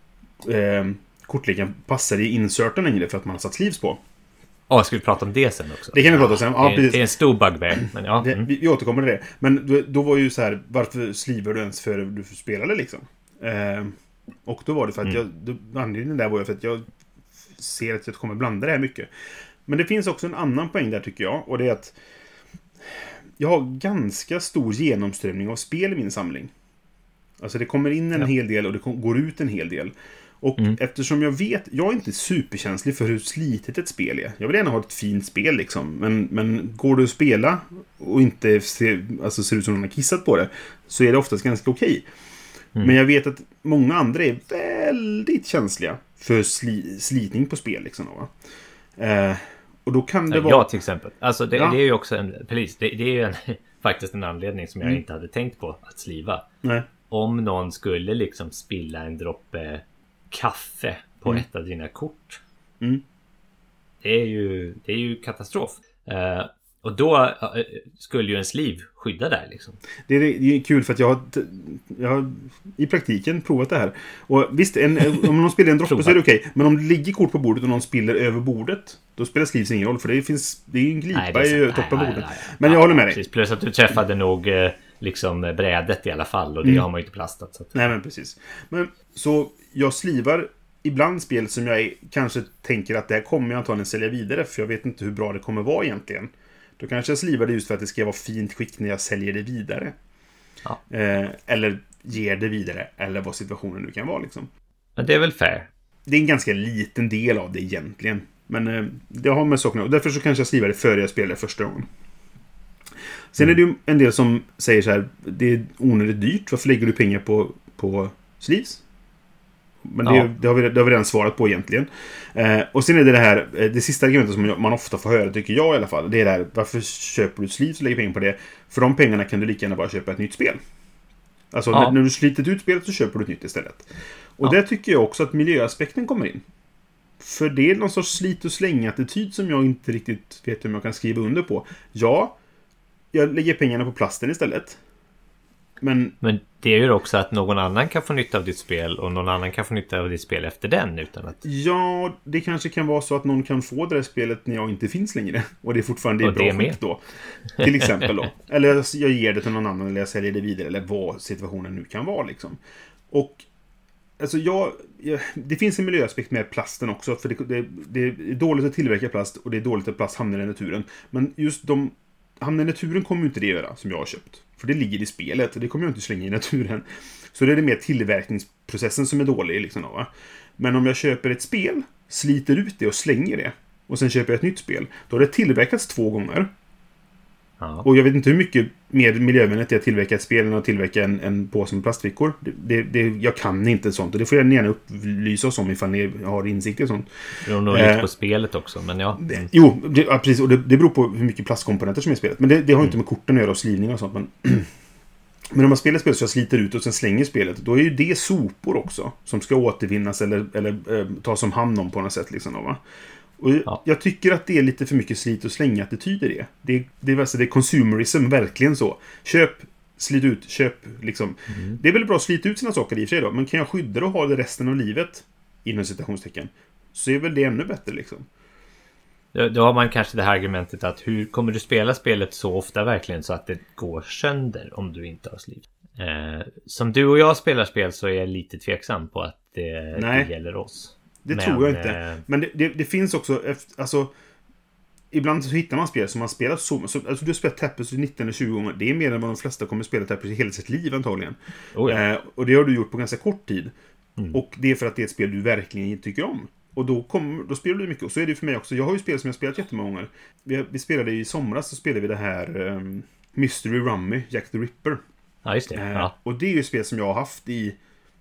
eh, kortleken passar i inserten längre för att man har satt sleeves på. Ja, oh, ska vi prata om det sen också? Det kan vi prata om sen. Ja, det, är, det är en stor bugbear, men ja. Det, vi, vi återkommer till det. Men då, då var ju så här, varför slivar du ens före du spelade liksom? Eh, och då var det för att mm. jag, då, anledningen där var ju för att jag ser att jag kommer blanda det här mycket. Men det finns också en annan poäng där tycker jag. Och det är att jag har ganska stor genomströmning av spel i min samling. Alltså det kommer in en ja. hel del och det går ut en hel del. Och mm. eftersom jag vet, jag är inte superkänslig för hur slitet ett spel är. Jag vill gärna ha ett fint spel liksom. Men, men går det att spela och inte se, alltså ser ut som någon har kissat på det, så är det oftast ganska okej. Mm. Men jag vet att många andra är väldigt känsliga för sli, slitning på spel liksom, va? Eh, och då kan det vara... Ja, till exempel. Alltså det, ja. det är ju också en... Precis, det, det är ju en, faktiskt en anledning som jag mm. inte hade tänkt på att sliva. Nej. Om någon skulle liksom spilla en droppe kaffe på mm. ett av dina kort. Mm. Det är ju, det är ju katastrof. Eh, Och då äh, skulle ju en sleeve skydda där liksom. Det är, det är kul för att jag har, jag har i praktiken provat det här. Och visst, en, om någon spelar en droppe så är det okej. Okay. Men om det ligger kort på bordet och någon spiller över bordet, då spelar sleeves ingen roll. För det finns, det är ju en glipa i toppen av bordet. Nej, nej, men jag ja, håller med dig. Precis. Plus att du träffade nog liksom brädet i alla fall. Och det mm. har man ju inte plastat. Så att... Nej, men precis. Men, så jag slivar ibland spel som jag är, kanske tänker att det här kommer jag antagligen sälja vidare. För jag vet inte hur bra det kommer vara egentligen. Då kanske jag slivar det just för att det ska vara fint skick när jag säljer det vidare. Ja. Eh, eller ger det vidare. Eller vad situationen nu kan vara liksom. Men det är väl fair? Det är en ganska liten del av det egentligen. Men eh, det har med sakerna. Och därför så kanske jag slivar det före jag spelar första gången. Sen mm. är det ju en del som säger så här. Det är onödigt dyrt. Varför lägger du pengar på, på sleeves? Men det, ja. det, har vi, det har vi redan svarat på egentligen. Eh, och sen är det det här, det sista argumentet som man ofta får höra, tycker jag i alla fall. Det är det här, varför köper du sleeves och lägger pengar på det? För de pengarna kan du lika gärna bara köpa ett nytt spel. Alltså ja. när, när du slitit ut spelet så köper du ett nytt istället. Och ja. där tycker jag också att miljöaspekten kommer in. För det är någon sorts slit och släng-attityd som jag inte riktigt vet om jag kan skriva under på. Ja, jag lägger pengarna på plasten istället. Men, Men det är ju också att någon annan kan få nytta av ditt spel och någon annan kan få nytta av ditt spel efter den utan att... Ja, det kanske kan vara så att någon kan få det här spelet när jag inte finns längre. Och det är fortfarande i bra skick då. Till exempel då. Eller jag ger det till någon annan eller jag säljer det vidare eller vad situationen nu kan vara liksom. Och alltså jag, jag det finns en miljöaspekt med plasten också. För det, det, det är dåligt att tillverka plast och det är dåligt att plast hamnar i naturen. Men just de hamnar i naturen kommer ju inte det göra som jag har köpt. För det ligger i spelet och det kommer jag inte slänga i naturen. Så det är det mer tillverkningsprocessen som är dålig. Liksom då, va? Men om jag köper ett spel, sliter ut det och slänger det. Och sen köper jag ett nytt spel. Då har det tillverkats två gånger. Ja. Och jag vet inte hur mycket mer miljövänligt det är att tillverka ett spel än att tillverka en, en påse med plastfickor. Det, det, det, jag kan inte sånt. Och det får jag gärna upplysa oss om ifall ni har insikt i sånt. Det beror nog lite eh, på spelet också, men ja. Det, jo, det, ja, precis. Och det, det beror på hur mycket plastkomponenter som är i spelet. Men det, det har mm. inte med korten att göra och slivning och sånt. Men, men om man spelar spel så jag sliter ut och sen slänger spelet, då är ju det sopor också. Som ska återvinnas eller, eller eh, tas om hand om på något sätt. Liksom, då, va? Och ja. jag tycker att det är lite för mycket slit och slänga attityd i det. Det, det, är, alltså, det är consumerism, verkligen så. Köp, slit ut, köp liksom. Mm. Det är väl bra att slita ut sina saker i och för sig då. Men kan jag skydda det och ha det resten av livet inom citationstecken, så är väl det ännu bättre liksom. Då, då har man kanske det här argumentet att hur kommer du spela spelet så ofta verkligen så att det går sönder om du inte har slit? Eh, som du och jag spelar spel så är jag lite tveksam på att det, det gäller oss. Det men, tror jag inte. Men det, det, det finns också, alltså, ibland så hittar man spel som man spelar så, så alltså du har spelat Tapestry nitton eller tjugo gånger. Det är mer än vad de flesta kommer spela Tapestry hela sitt liv antagligen. Oh ja. eh, och det har du gjort på ganska kort tid. Mm. Och det är för att det är ett spel du verkligen tycker om. Och då, kom, då spelar du mycket. Och så är det för mig också. Jag har ju spel som jag spelat jättemånga gånger. Vi, vi spelade i somras, så spelade vi det här um, Mystery Rummy, Jack the Ripper. Ja, just det. Eh, ja. Och det är ju ett spel som jag har haft i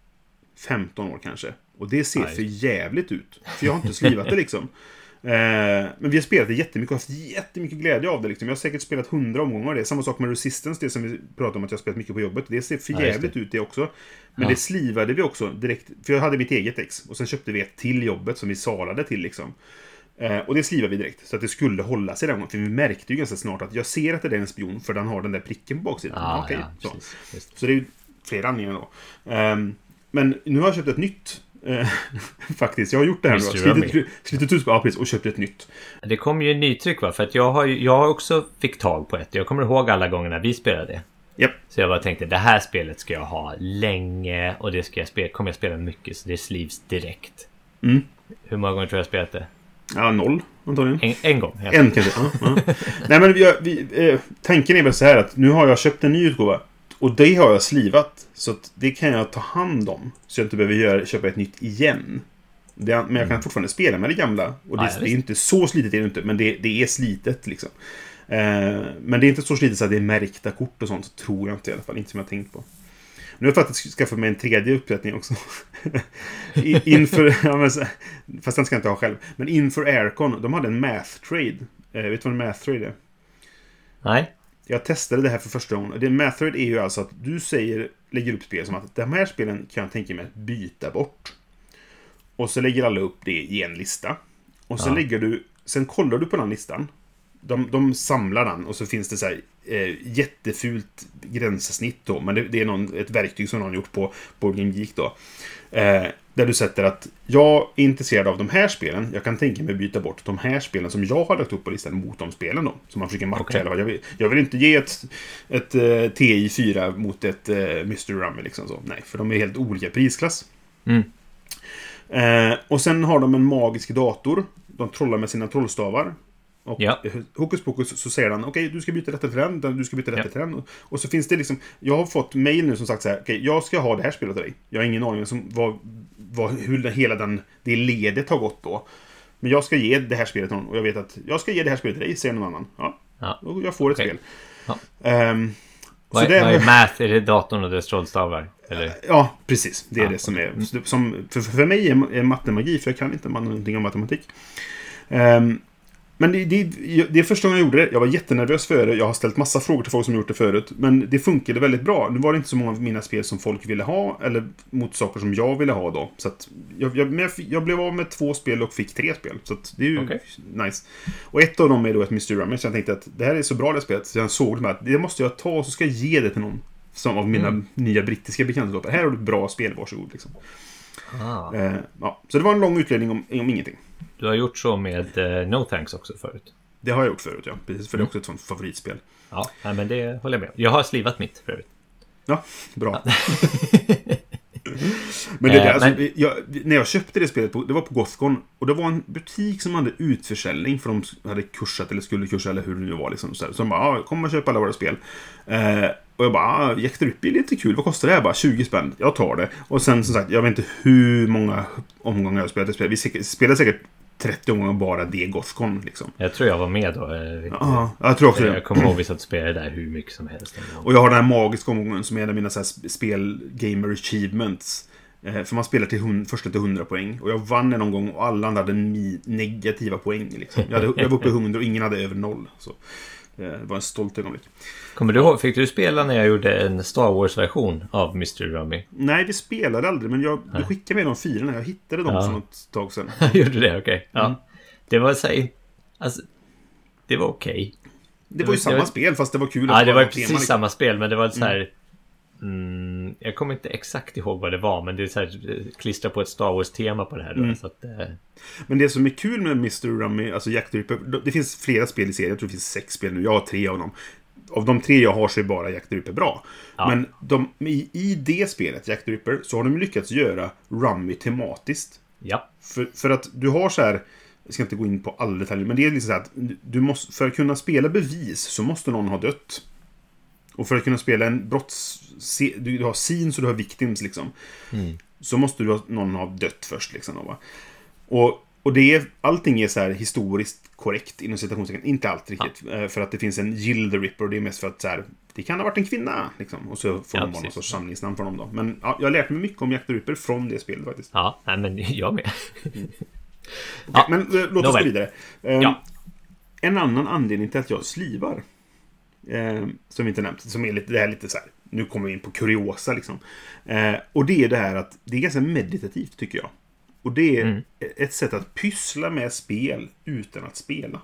femton år kanske. Och det ser Nej. för jävligt ut. För jag har inte slivat det liksom. Eh, men vi har spelat det jättemycket och haft jättemycket glädje av det liksom. Jag har säkert spelat hundra omgångar av det. Samma sak med Resistance, det som vi pratade om att jag har spelat mycket på jobbet. Det ser för jävligt ja, ut det också. Men ja. det slivade vi också direkt. För jag hade mitt eget ex. Och sen köpte vi ett till jobbet som vi salade till liksom. Eh, och det slivade vi direkt. Så att det skulle hålla sig den gången. För vi märkte ju ganska snart att jag ser att det är en spion. För den har den där pricken på baksidan. Ah, okay, ja, så. Precis, så det är ju flera anledningar då. Eh, men nu har jag köpt ett nytt. Faktiskt, jag har gjort det här nu. Slitit ut ja, och köpt ett nytt. Det kom ju en nytryck va? För att jag har, jag har också fick tag på ett. Jag kommer ihåg alla gångerna vi spelade. Yep. Så jag bara tänkte, det här spelet ska jag ha länge. Och det ska jag spela, kommer jag spela mycket. Så det slivs direkt. Mm. Hur många gånger tror jag jag spelat det? Ja, noll antagligen. En, en gång. En kanske. Ja, ja. Nej men vi, vi, eh, tanken är väl så här att nu har jag köpt en ny utgåva. Och det har jag slivat. Så att det kan jag ta hand om. Så jag inte behöver göra, köpa ett nytt igen. Det, men jag kan fortfarande spela med det gamla. Och det, ja, det är inte så slitet är det inte. Men det, det är slitet liksom. Eh, men det är inte så slitet så att det är märkta kort och sånt. Tror jag inte i alla fall. Inte som jag tänkt på. Nu har jag faktiskt skaffat mig en tredje uppsättning också. inför, ja, men, fast den ska jag inte ha själv. Men inför Aircon, de hade en math trade. Eh, vet du vad en math trade är? Nej. Jag testade det här för första gången. Det math trade är ju alltså att du säger, lägger upp spel som att de här spelen kan jag tänka mig att byta bort. Och så lägger alla upp det i en lista. Och sen ja. lägger du, sen kollar du på den listan. de, de samlar den och så finns det så här eh, jättefult gränssnitt då, men det, det är någon, ett verktyg som någon har gjort på Board Game Geek då. Eh, där du sätter att jag är intresserad av de här spelen. Jag kan tänka mig byta bort de här spelen som jag har lagt upp på listan mot de spelen då. Som man försöker matcha. Okay. Jag, vill, jag vill inte ge ett, ett, ett T I fyra mot ett uh, Mystery Rummy liksom så. Nej, för de är helt olika prisklass. Mm. Eh, och sen har de en magisk dator. De trollar med sina trollstavar. Och ja. hokus pokus så säger han okej, okay, du ska byta detta till den, du ska byta detta ja. till den. Och, och så finns det liksom, jag har fått mejl nu som sagt så här, okej, okay, jag ska ha det här spelet till dig. Jag har ingen aning om vad, vad, hur det, hela den, det ledet har gått då. Men jag ska ge det här spelet till någon och jag vet att jag ska ge det här spelet till dig, säger någon annan. Ja, ja. Och jag får ett okay. spel. Ja. Um, vad, är, det, vad är math? Är det datorn och dess trollstavar? Eller? Ja, precis. Det är ja. det som är, Mm. som, för, för mig är, är mattemagi, för jag kan inte någonting om matematik. Um, Men det, det, det är första gången jag gjorde det. Jag var jättenervös för det. Jag har ställt massa frågor till folk som gjort det förut. Men det funkade väldigt bra. Nu var det inte så många av mina spel som folk ville ha. Eller mot saker som jag ville ha då. Så att jag, jag, jag, jag blev av med två spel och fick tre spel. Så att det är ju okay. nice. Och ett av dem är då ett Mystery Rummy. Så jag tänkte att det här är så bra det spelet. Så jag såg det att det måste jag ta och så ska jag ge det till någon. Som av mina mm. nya brittiska bekantskaper. Här har du ett bra spel, varsågod liksom. Ah. Eh, ja. Så det var en lång utredning om, om ingenting. Du har gjort så med uh, No Thanks också förut. Det har jag gjort förut, ja. Precis, för mm. det är också ett sånt favoritspel. Ja, men det håller jag med. Jag har slivat mitt förut. Ja, bra. Ja. men det där, alltså, men... Jag, när jag köpte det spelet, på, det var på Gothcon. Och det var en butik som hade utförsäljning. För de hade kursat eller skulle kursa eller hur det nu var. Liksom, så, så de bara, ah, kom och köp alla våra spel. Eh, och jag bara, ah, Jack the Ripper är lite kul. Vad kostar det här? Bara tjugo spänn. Jag tar det. Och sen som sagt, jag vet inte hur många omgångar jag spelat det spelet. Vi spelade säkert trettio omgångar bara det Gothcon liksom. Jag tror jag var med då. Ja, jag tror också det. Jag kommer ihåg att spela där hur mycket som helst. Och jag har den här magiska omgången som är en av mina så här spel gamer achievements. Eh, för man spelar till hund, första till hundra poäng. Och jag vann en gång och alla andra hade negativa poäng liksom. Jag, hade, jag var uppe i hundra och ingen hade över noll. Så det var en stolt ögonblick. Kommer du ihåg, fick du spela när jag gjorde en Star Wars-version av Mystery Rummy? Nej, vi spelade aldrig, men jag du skickade med de fyrorna. Jag hittade dem ja. för något tag sedan. Jag gjorde det, okej. Okay. Ja. Mm. Det var så här, alltså, det var okej. Okay. Det, det var ju samma var... spel, fast det var kul. Ja, det var precis tema, samma spel, men det var så här... Mm. Mm, jag kommer inte exakt ihåg vad det var, men det är så här, klistra på ett Star Wars-tema på det här. Då, mm. så att, eh... Men det som är kul med Mystery Rummy, alltså Jack the Ripper, det finns flera spel i serien. Jag tror det finns sex spel nu. Jag har tre av dem. Av de tre jag har så är bara Jack the Ripper bra. Ja. Men de, i, i det spelet, Jack the Ripper, så har de lyckats göra Rummy tematiskt. Ja. För, för att du har så här, jag ska inte gå in på alla detaljer, men det är liksom så här att du måste, för att kunna spela bevis så måste någon ha dött. Och för att kunna spela en brotts... Du har scene så du har victims liksom. Mm. Så måste du ha, någon ha dött först liksom. Va? Och, och det är, allting är så här historiskt korrekt inom citationstecken. Inte allt riktigt. Ja. För att det finns en Jill the Ripper och det är mest för att så här, det kan ha varit en kvinna liksom. Och så får ja, de vara någon sorts samlingsnamn från dem då. Men ja, jag har lärt mig mycket om Jack the Ripper från det spelet faktiskt. Ja, nej, men jag med. mm. okay, ja, men äh, låt oss gå vidare. Um, ja. En annan anledning till att jag slivar Eh, som vi inte nämnt, som är lite, det här lite så här, nu kommer vi in på kuriosa liksom. Eh, och det är det här att det är ganska meditativt tycker jag. Och det är mm. ett sätt att pyssla med spel utan att spela.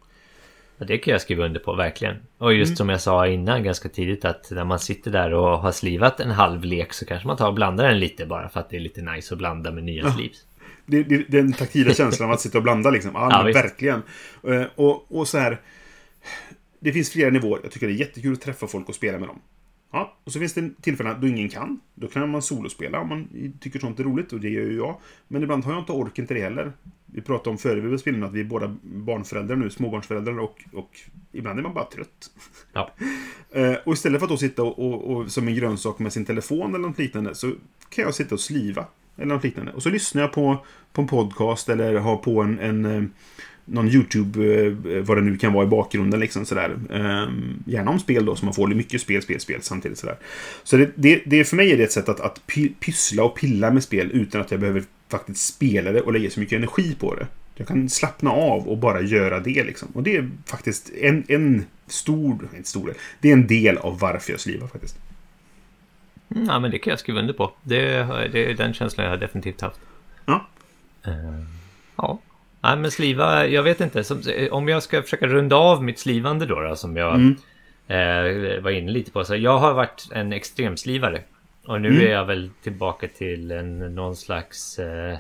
Ja, det kan jag skriva under på, verkligen. Och just mm. som jag sa innan ganska tidigt, att när man sitter där och har slivat en halv lek så kanske man tar och blandar den lite bara för att det är lite nice att blanda med nya ja. slivs. Det, det, den taktila känslan av att sitta och blanda liksom. Ja, ja, verkligen. Eh, och, och så här, det finns flera nivåer. Jag tycker det är jättekul att träffa folk och spela med dem. Ja, och så finns det tillfällen då ingen kan. Då kan man solospela om man tycker sånt är roligt, och det gör ju jag. Men ibland har jag inte orken till det heller. Vi pratade om före vi började spela att vi är båda barnföräldrar nu, småbarnsföräldrar, och, och ibland är man bara trött. Ja. Och istället för att då sitta och, och, och som en grönsak med sin telefon eller något liknande, så kan jag sitta och sliva eller något liknande. Och så lyssnar jag på, på en podcast eller har på en, en någon YouTube, vad det nu kan vara i bakgrunden liksom sådär. Um, gärna om spel då, så man får mycket spel, spel, spel samtidigt sådär. Så det, det, det för mig är det ett sätt att, att pyssla och pilla med spel utan att jag behöver faktiskt spela det och lägga så mycket energi på det. Jag kan slappna av och bara göra det liksom. Och det är faktiskt en, en stor, inte stor, det är en del av varför jag slivar faktiskt. Mm, ja, men det kan jag skriva under på. Det, det är den känslan jag har definitivt haft. Ja. Uh, ja. Nej, men sliva, jag vet inte. Som, om jag ska försöka runda av mitt slivande då, då som jag mm. eh, var inne lite på. Så jag har varit en extremslivare. Och nu mm. är jag väl tillbaka till en, någon slags... Eh,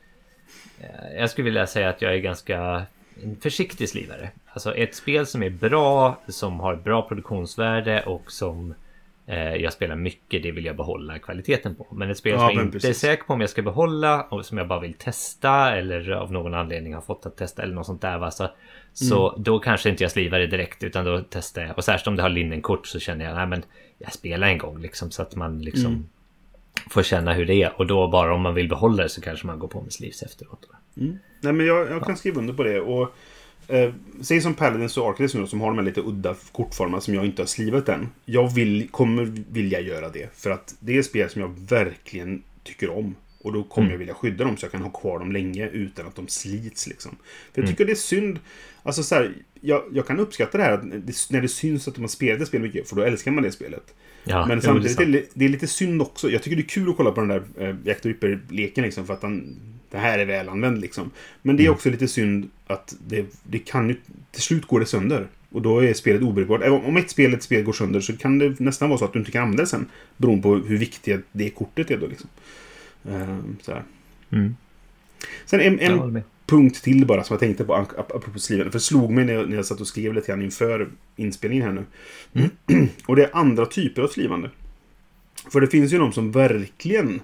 jag skulle vilja säga att jag är ganska en försiktig slivare. Alltså ett spel som är bra, som har bra produktionsvärde och som eh, jag spelar mycket, det vill jag behålla kvaliteten på. Men ett spel ja, som jag inte precis. är säker på om jag ska behålla och som jag bara vill testa eller av någon anledning har fått att testa eller något sånt där. Va? Så, mm. så då kanske inte jag slivar det direkt utan då testar jag. Och särskilt om det har linnenkort så känner jag, nej men jag spelar en gång liksom, så att man liksom mm. får känna hur det är. Och då bara om man vill behålla det så kanske man går på med slivs efteråt. Mm. Nej men jag, jag kan ja. skriva under på det. Och eh, säg som Paladins och Arcades nu som har de här lite udda kortformar som jag inte har slivat än. Jag vill, kommer vilja göra det. För att det är spel som jag verkligen tycker om. Och då kommer mm. jag vilja skydda dem så jag kan ha kvar dem länge utan att de slits liksom. För jag tycker mm. det är synd. Alltså så här, jag, jag kan uppskatta det här att det, när det syns att man spelar det spelet mycket, för då älskar man det spelet. Ja, men samtidigt är det, det är lite synd också. Jag tycker det är kul att kolla på den där äh, Jack och Ripper-leken liksom, för att han, det här är väl använd liksom. Men det är också lite synd att det, det kan ju, till slut går det sönder. Och då är spelet obrukbart. Om ett spel, ett spel går sönder så kan det nästan vara så att du inte kan använda det sen. Beroende på hur viktigt det kortet är då liksom. Uh, så här. Mm. Sen en, en punkt till bara som jag tänkte på apropå sliven. För det slog mig när jag, när jag satt och skrev lite grann inför inspelningen här nu. Mm. Och det är andra typer av slivande. För det finns ju de som verkligen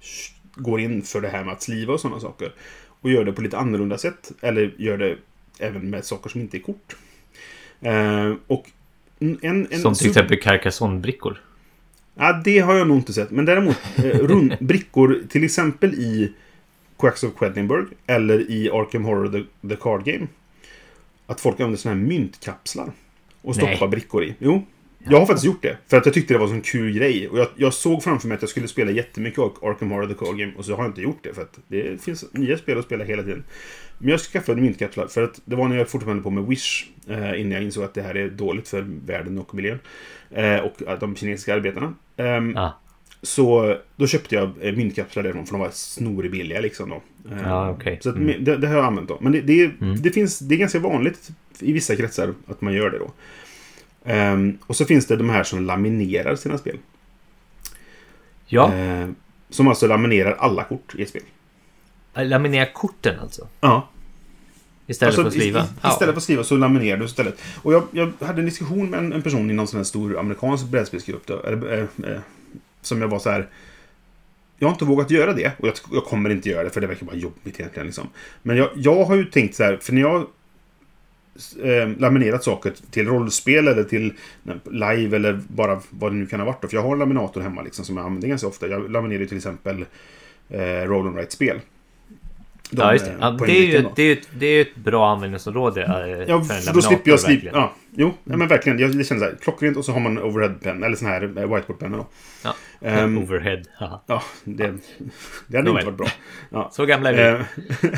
går in för det här med att sliva och sådana saker. Och gör det på lite annorlunda sätt. Eller gör det även med saker som inte är kort. Uh, och en, en som till exempel Carcassonne-brickor. Ja, det har jag nog inte sett. Men däremot eh, rund, brickor till exempel i Quacks of Quedlinburg eller i Arkham Horror the, the Card Game. Att folk använder såna här myntkapslar och stoppa Nej. brickor i. Jo, jag har faktiskt gjort det. För att jag tyckte det var en kul grej. Och jag, jag såg framför mig att jag skulle spela jättemycket Arkham Horror the Card Game. Och så har jag inte gjort det. För att det finns nya spel att spela hela tiden. Men jag skaffade myntkapslar. För att det var när jag fortfarande på med Wish. Eh, innan jag insåg att det här är dåligt för världen och miljön. Eh, och de kinesiska arbetarna. Um, ah. Så då köpte jag myntkapslar därifrån. För de var snorbilliga liksom då. Um, ah, okay. Så att, mm. det, det har jag använt då. Men det, det, mm. det, finns, det är ganska vanligt i vissa kretsar att man gör det då. Um, och så finns det de här som laminerar sina spel. Ja. Uh, som alltså laminerar alla kort i ett spel. Laminerar korten alltså? Ja. Istället alltså, för att skriva? I, i, istället för att skriva så laminerar du istället. Och jag, jag hade en diskussion med en, en person i någon sån här stor amerikansk brädspelsgrupp då, eller, äh, äh, som jag var så här. Jag har inte vågat göra det. Och jag, jag kommer inte göra det för det verkar bara jobbigt egentligen liksom. Men jag, jag har ju tänkt så här, för när jag eh, laminerat saker till rollspel eller till live eller bara vad det nu kan ha varit då. För jag har en laminator hemma liksom som jag använder ganska ofta. Jag laminerar ju till exempel eh, roll and write spel. De, ja, just det. Ja, det, är ju, det, är ett, det är ett bra användningsområde äh, ja, för en då slipper jag slip, ja, jo, mm. ja, men verkligen. Jag, det känns så här, klockrent och så har man overhead-pen eller sån här whiteboard-penna då. Ja, um, overhead. Haha. Ja, det, det hade no, inte varit bra. Ja. Så gamla är vi.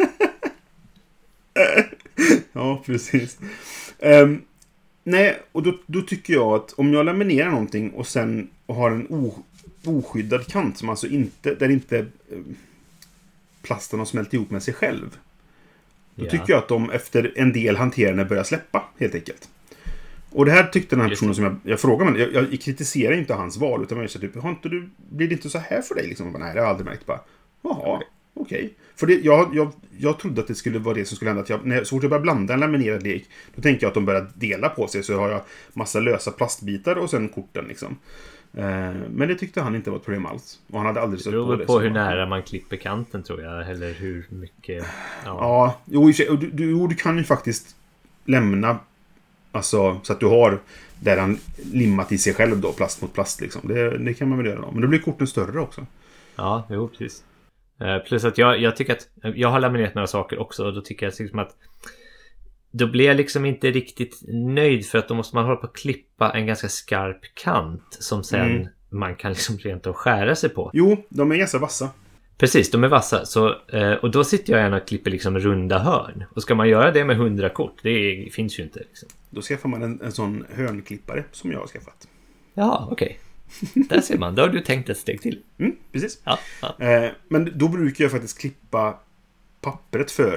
Ja, precis. Um, nej, och då, då tycker jag att om jag laminerar någonting och sen och har en o, oskyddad kant som alltså inte, där inte um, plasten har smält ihop med sig själv. Då yeah. tycker jag att de efter en del hanterande börjar släppa, helt enkelt. Och det här tyckte den här personen som jag, jag frågade, men jag, jag kritiserar inte hans val, utan jag säger typ, har inte du, blir det inte så här för dig? Liksom? Nej, det har jag aldrig märkt. Bara, jaha, okej. Okay. För det, jag, jag, jag trodde att det skulle vara det som skulle hända. Att jag, när, så fort jag börjar blanda en laminerad lek, då tänker jag att de börjar dela på sig. Så har jag massa lösa plastbitar och sen korten liksom. Men det tyckte han inte var ett problem alls. Och han hade aldrig stött på det. Det beror på hur nära man klipper kanten, tror jag. Eller hur mycket... Ja, ja jo, du, du, du kan ju faktiskt lämna alltså, så att du har där han limmat i sig själv då, plast mot plast liksom. Det, det kan man väl göra då. Men då blir korten större också. Ja, jo, precis. Plus att jag, jag tycker att jag har laminerat några saker också. Och då tycker jag liksom att då blir jag liksom inte riktigt nöjd, för att då måste man hålla på att klippa en ganska skarp kant som sen mm. man kan liksom rent och skära sig på. Jo, de är ganska vassa. Precis, de är vassa. Så, och då sitter jag gärna och klipper liksom runda hörn. Och ska man göra det med hundra kort, det är, finns ju inte. Liksom. Då skaffar man en, en sån hörnklippare som jag har skaffat. Ja, okej. Okay. Där ser man, då har du tänkt ett steg till. Mm, precis. Ja, ja. Eh, men då brukar jag faktiskt klippa pappret före.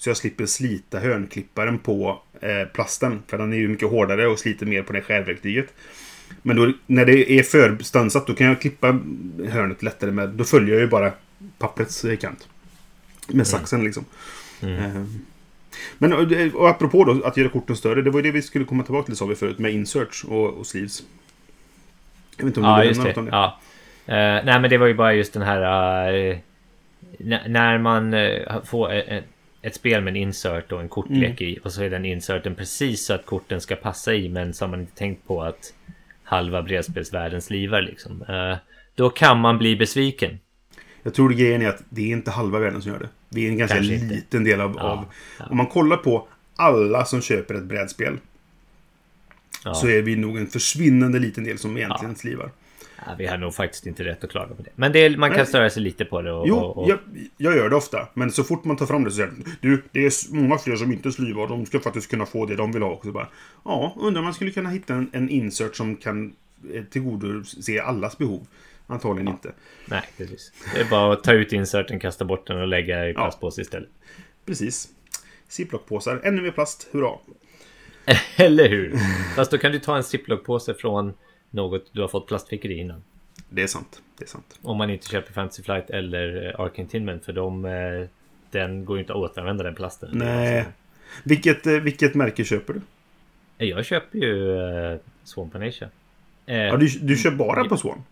Så jag slipper slita hörnklipparen på eh, plasten. För den är ju mycket hårdare och sliter mer på det skärverktyget. Men då, när det är förstansat, då kan jag klippa hörnet lättare med. Då följer jag ju bara papprets kant. Med saxen mm. liksom. Mm. Eh, men och, och apropå då, att göra korten större. Det var ju det vi skulle komma tillbaka till, sa vi förut. Med inserts och, och sleeves. Jag vet inte om ja, du just det. Om det. Ja. Uh, nej, men det var ju bara just den här... Uh, n- när man uh, får ett, ett spel med en insert och en kortlek mm. i. Och så är den inserten precis så att korten ska passa i. Men så har man inte tänkt på att halva bredspelsvärldens livar liksom. Uh, då kan man bli besviken. Jag tror det grejen är att det är inte halva världen som gör det. Det är en ganska Kanske liten inte. del av... Ja, av ja. Om man kollar på alla som köper ett brädspel. Ja. Så är vi nog en försvinnande liten del som egentligen ja. slivar. Ja, vi har nog faktiskt inte rätt att klaga på det. Men det är, man kan Nej. störa sig lite på det. Och, jo, och, och... Jag, jag gör det ofta. Men så fort man tar fram det så säger du, det är många fler som inte slivar. De ska faktiskt kunna få det de vill ha också. Bara, ja, undrar om man skulle kunna hitta en, en insert som kan tillgodose allas behov. Antagligen ja. inte. Nej, precis. Det är bara att ta ut inserten, kasta bort den och lägga i plastpåse ja. istället. Precis. Ziplock-påsar. Ännu mer plast. Hurra. Eller hur? Fast då kan du ta en Ziplock-påse från något du har fått plastfickor i innan. Det är sant. Det är sant. Om man inte köper Fantasy Flight eller Arcane Tin Men, för de, den går ju inte att återanvända den plasten. Nej. Vilket, vilket märke köper du? Jag köper ju uh, Swan Panacea. Uh, ja, du, du kör bara på Swan?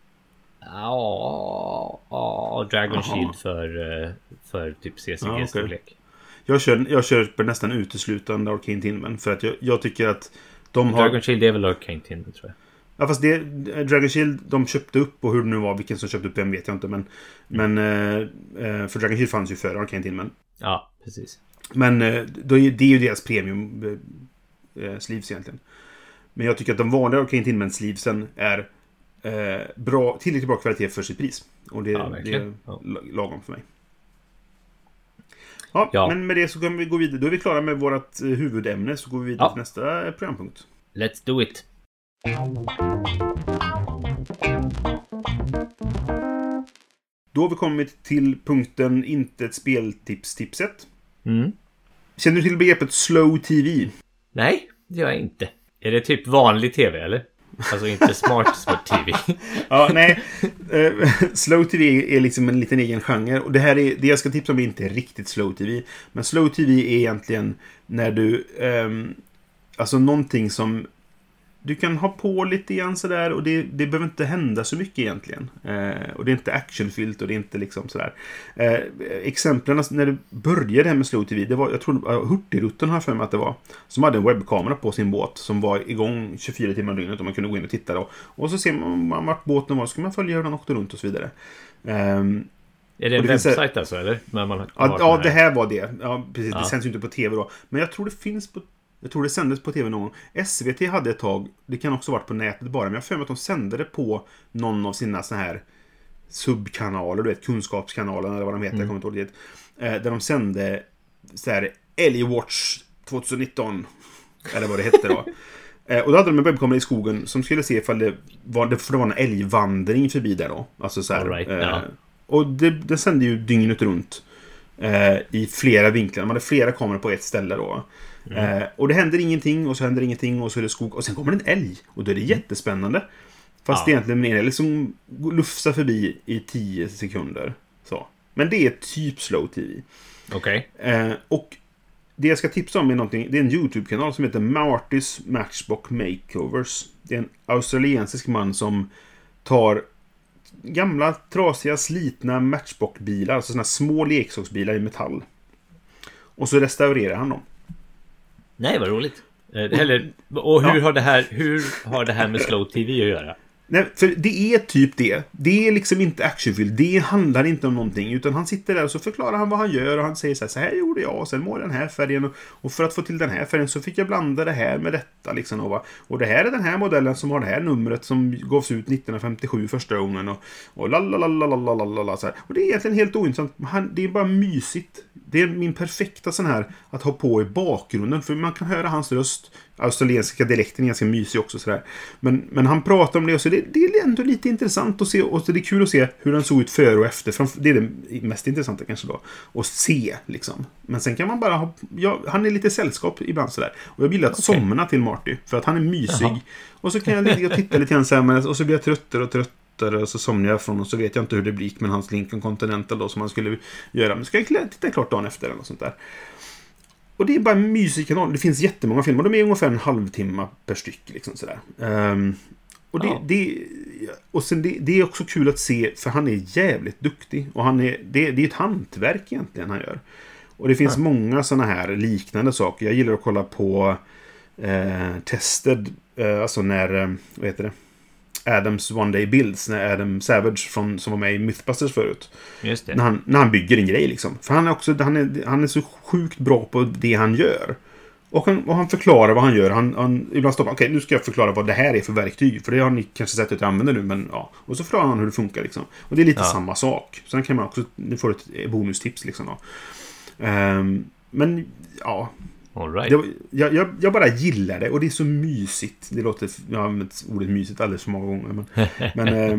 Ja, ja, Dragon Aha. Shield för, för typ C C G-storlek. Ja, okay. Jag, kör, jag köper nästan uteslutande Arcane Tin Men, för att jag, jag tycker att de har... Dragon Shield är väl Arcane Tin Men, tror jag. Ja, fast det, Dragon Shield, de köpte upp, och hur det nu var, vilken som köpte upp den vet jag inte, men, mm. men eh, för Dragon Shield fanns ju för Arcane Tin Men. Ja, precis. Men eh, då är, det är ju deras premium eh, sleeves egentligen. Men jag tycker att de vanliga Arcane Tin Men sleevesen är eh, bra, tillräckligt bra kvalitet för sitt pris. Och det, ja, det är ja. lagom för mig. Ja, ja, men med det så kan vi gå vidare. Då är vi klara med vårt huvudämne, så går vi vidare ja. till nästa programpunkt. Let's do it. Då har vi kommit till punkten inte ett speltips-tipset. Mm. Känner du till begreppet slow T V? Nej, det gör jag inte. Är det typ vanlig tv eller? Alltså inte smart smart T V. Ja, nej. Uh, slow T V är liksom en liten egen genre. Och det här är, det jag ska tipsa om är inte riktigt slow T V. Men slow T V är egentligen när du... Um, alltså någonting som... Du kan ha på lite grann sådär, och det, det behöver inte hända så mycket egentligen. Eh, och det är inte actionfyllt, och det är inte liksom sådär. Eh, exemplen när det började här med slow T V, det var, jag tror uh, Hurtigruten har jag för mig att det var, som hade en webbkamera på sin båt som var igång tjugofyra timmar dygnet, och man kunde gå in och titta då. Och så ser man, man vart båten var, så kan man följa hur den åkte runt och så vidare. Eh, är det en det webbsajt finns, alltså, eller? Men man ja, ja det här var det. Ja, precis. Ja. Det sänds ju inte på tv då. Men jag tror det finns på... Jag tror det sändes på tv någon gång. S V T hade ett tag, det kan också ha varit på nätet bara, men jag för mig att de sände det på någon av sina såna här subkanaler, du vet, kunskapskanalen eller vad de heter, mm. jag kommer inte ihåg det. Där de sände så här Älgwatch tjugonitton eller vad det hette då. Och då hade de en webbkamera i skogen som skulle se ifall det var, för det var en älgvandring förbi där då. Alltså så här, right, yeah. Och det, det sände ju dygnet runt i flera vinklar. Man hade flera kameror på ett ställe då. Mm. Eh, och det händer ingenting, och så händer ingenting, och så är det skog, och sen kommer det en älg, och då är det jättespännande. Fast ja. egentligen är det liksom lufsa förbi i tio sekunder så. Men det är typ slow T V. Okej. Okay. Eh, och det jag ska tipsa om är någonting, det är en YouTube-kanal som heter Martys Matchbox Makeovers. Det är en australiensisk man som tar gamla, trasiga, slitna Matchbox-bilar, alltså såna små leksaksbilar i metall. Och så restaurerar han dem. Nej, vad roligt. Eller, och hur, ja. har det här, hur har det här med slow T V att göra? Nej, för det är typ det. Det är liksom inte actionfyllt. Det handlar inte om någonting. Utan han sitter där och så förklarar han vad han gör. Och han säger så här, så här gjorde jag. Och sen målade den här färgen. Och, och för att få till den här färgen så fick jag blanda det här med detta. Liksom, och, och det här är den här modellen som har det här numret som gavs ut nittonhundrafemtiosju första gången. Och, och lalalalalalalalala så här. Och det är egentligen helt ointressant. Han, det är bara mysigt. det är min perfekta sån här att ha på i bakgrunden. För man kan höra hans röst. Australiensiska dialekten är ganska mysig också sådär. Men, men han pratar om det och så det, det är ändå lite intressant att se. Och det är kul att se hur han såg ut före och efter. Det är det mest intressanta kanske då. Och se liksom. Men sen kan man bara ha... Ja, han är lite sällskap ibland sådär. Och jag gillar att okay. somna till Marty. För att han är mysig. Jaha. Och så kan jag ligga och titta lite grann så här, och så blir jag tröttare och tröttare. Och så somnar jag från och så vet jag inte hur det blir med hans Lincoln Continental då som man skulle göra. Men ska jag titta klart dagen efter eller något sånt där. Och det är bara en mysig kanal. Det finns jättemånga filmer. De är ungefär en halvtimme per styck. Liksom sådär. Um, och det, ja. det, och sen det, det är också kul att se. För han är jävligt duktig. Och han är, det, det är ett hantverk egentligen han gör. Och det finns ja. många sådana här liknande saker. Jag gillar att kolla på eh, Tested. Eh, alltså när, eh, vad heter det? Adams One Day Builds, när Adam Savage från, som var med i Mythbusters förut. Just det. När han, när han bygger en grej liksom. För han är också han är, han är så sjukt bra på det han gör. Och han, och han förklarar vad han gör. Han, han ibland stoppar, okej, okay, nu ska jag förklara vad det här är för verktyg. För det har ni kanske sett att jag använder nu, men ja. Och så förklarar han hur det funkar liksom. Och det är lite ja. samma sak. Sen kan man också, ni får ett bonustips liksom då. Um, men ja... All right. det, jag, jag, jag bara gillar det. Och det är så mysigt. Det låter, jag har använt ordet mysigt alldeles för många gånger. Men, men eh,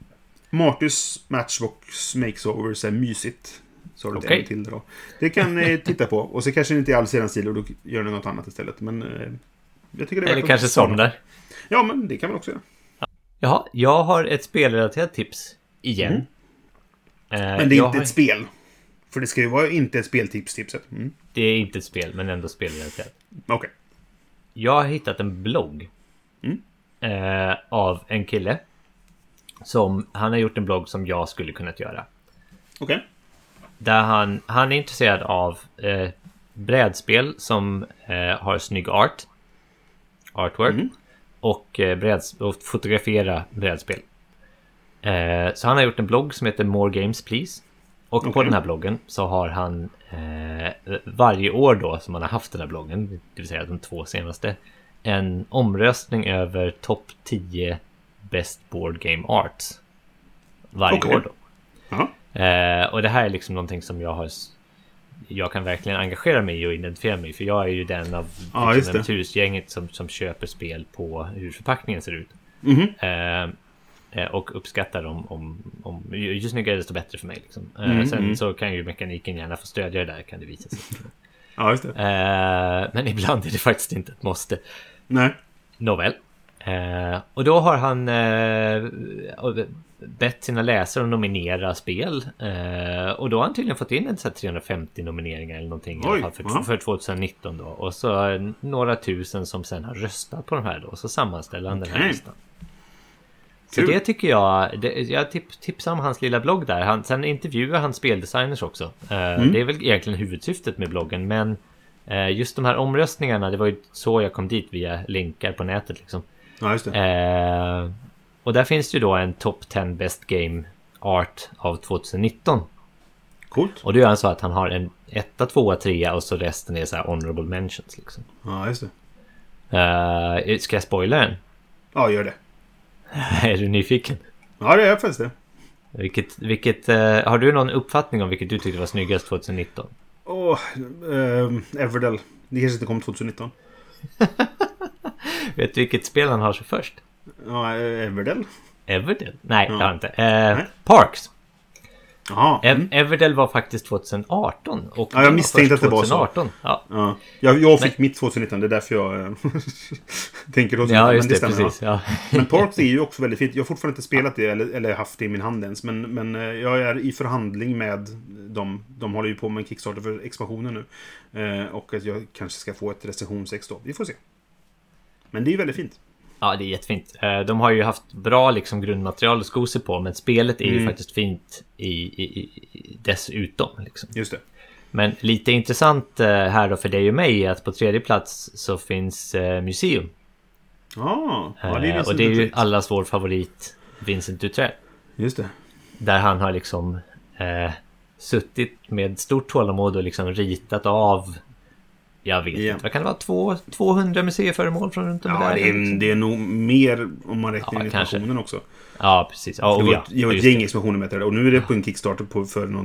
Martys Matchbox Makeovers är mysigt. Så har du okay. det till det då. Det kan ni titta på. Och så kanske det inte är alls er stil och då gör ni något annat istället. Men eh, jag tycker det är eller kanske somnar. Ja, men det kan man också göra. Jaha, jag har ett spelrelaterat tips igen. Mm. Eh, men det är inte har... ett spel. För det ska ju vara inte ett speltips-tipset. Mm. Det är inte ett spel, men ändå spelrelaterat. Okej. Okay. Jag har hittat en blogg mm. eh, av en kille som, han har gjort en blogg som jag skulle kunnat göra. Okej. Okay. Där han, han är intresserad av eh, brädspel som eh, har snygg art. Artwork. Mm. Och, eh, bräds, och fotografera brädspel. Eh, så han har gjort en blogg som heter More Games Please. Och okay. på den här bloggen så har han eh, varje år då som han har haft den här bloggen, det vill säga de två senaste, en omröstning över topp tio best board game arts varje okay. år då. Uh-huh. Eh, och det här är liksom någonting som jag har jag kan verkligen engagera mig i och identifiera mig, för jag är ju den av ah, liksom, naturgänget som, som köper spel på hur förpackningen ser ut. Mm-hmm. Eh, och uppskattar om, om, om ju snyggare desto bättre för mig liksom. Mm, Sen mm. så kan ju mekaniken gärna få stödja det där, kan det visa sig. Ja, just det. Men ibland är det faktiskt inte ett måste. Nej. Nåväl. Och då har han bett sina läsare att nominera spel. Och då har han tydligen fått in en så här trehundrafemtio nomineringar eller någonting. Oj, i alla fall för, för tjugonitton då. Och så några tusen som sen har röstat på de här då. Och så sammanställer han okay. den här listan. Så det tycker jag, det, jag tip, tipsar om hans lilla blogg där. Han, sen intervjuar han speldesigners också. Uh, mm. Det är väl egentligen huvudsyftet med bloggen. Men uh, just de här omröstningarna, det var ju så jag kom dit via länkar på nätet liksom. Ja, just det. Uh, och där finns det ju då en top tio best game art av tjugonitton. Coolt. Och det är alltså att han har en etta, tvåa, trea och så resten är så här honorable mentions liksom. Ja, just det. Uh, ska jag spoila den? Ja, gör det. Är du nyfiken? Ja, det är jag faktiskt det. Vilket, vilket, uh, har du någon uppfattning om vilket du tyckte var snyggast tjugonitton? Åh, oh, uh, Everdell. Det kanske inte kom tjugonitton. Vet du vilket spel han har så först? Ja, Everdell. Everdell? Nej, ja. det har inte. Uh, Nej. Parks. Jaha. Mm. Everdell var faktiskt tjugoarton. Och ja, jag misstänkte att det var tjugoarton. Så. Ja. Ja. Jag, jag fick men... mitt tjugonitton, det är därför jag tänker då. Ja, just men det, det precis. Ja. Men Parks är ju också väldigt fint. Jag har fortfarande inte spelat det eller, eller haft det i min hand ens. Men, men jag är i förhandling med dem. De håller ju på med en Kickstarter för expansionen nu. Eh, och att jag kanske ska få ett recensionsex då. Vi får se. Men det är ju väldigt fint. Ja, det är jättefint. De har ju haft bra liksom, grundmaterial att sko sig på, men spelet är mm. ju faktiskt fint i, i, i dessutom. Liksom. Just det. Men lite intressant här då för dig och mig är att på tredje plats så finns uh, Museum. Ah, ja, det är uh, och det är ju allas vår favorit Vincent Dutrait. Just det. Där han har liksom uh, suttit med stort tålamod och liksom ritat av, jag vet yeah. inte, vad kan det vara? Två, tvåhundra museiföremål från runt om ja, där? Det är, det är nog mer om man räknar ja, in expansionen också. Ja, precis. Ja, det var ja, ett, ett gäng expansioner med det. Och nu är det på en Kickstarter på, för någon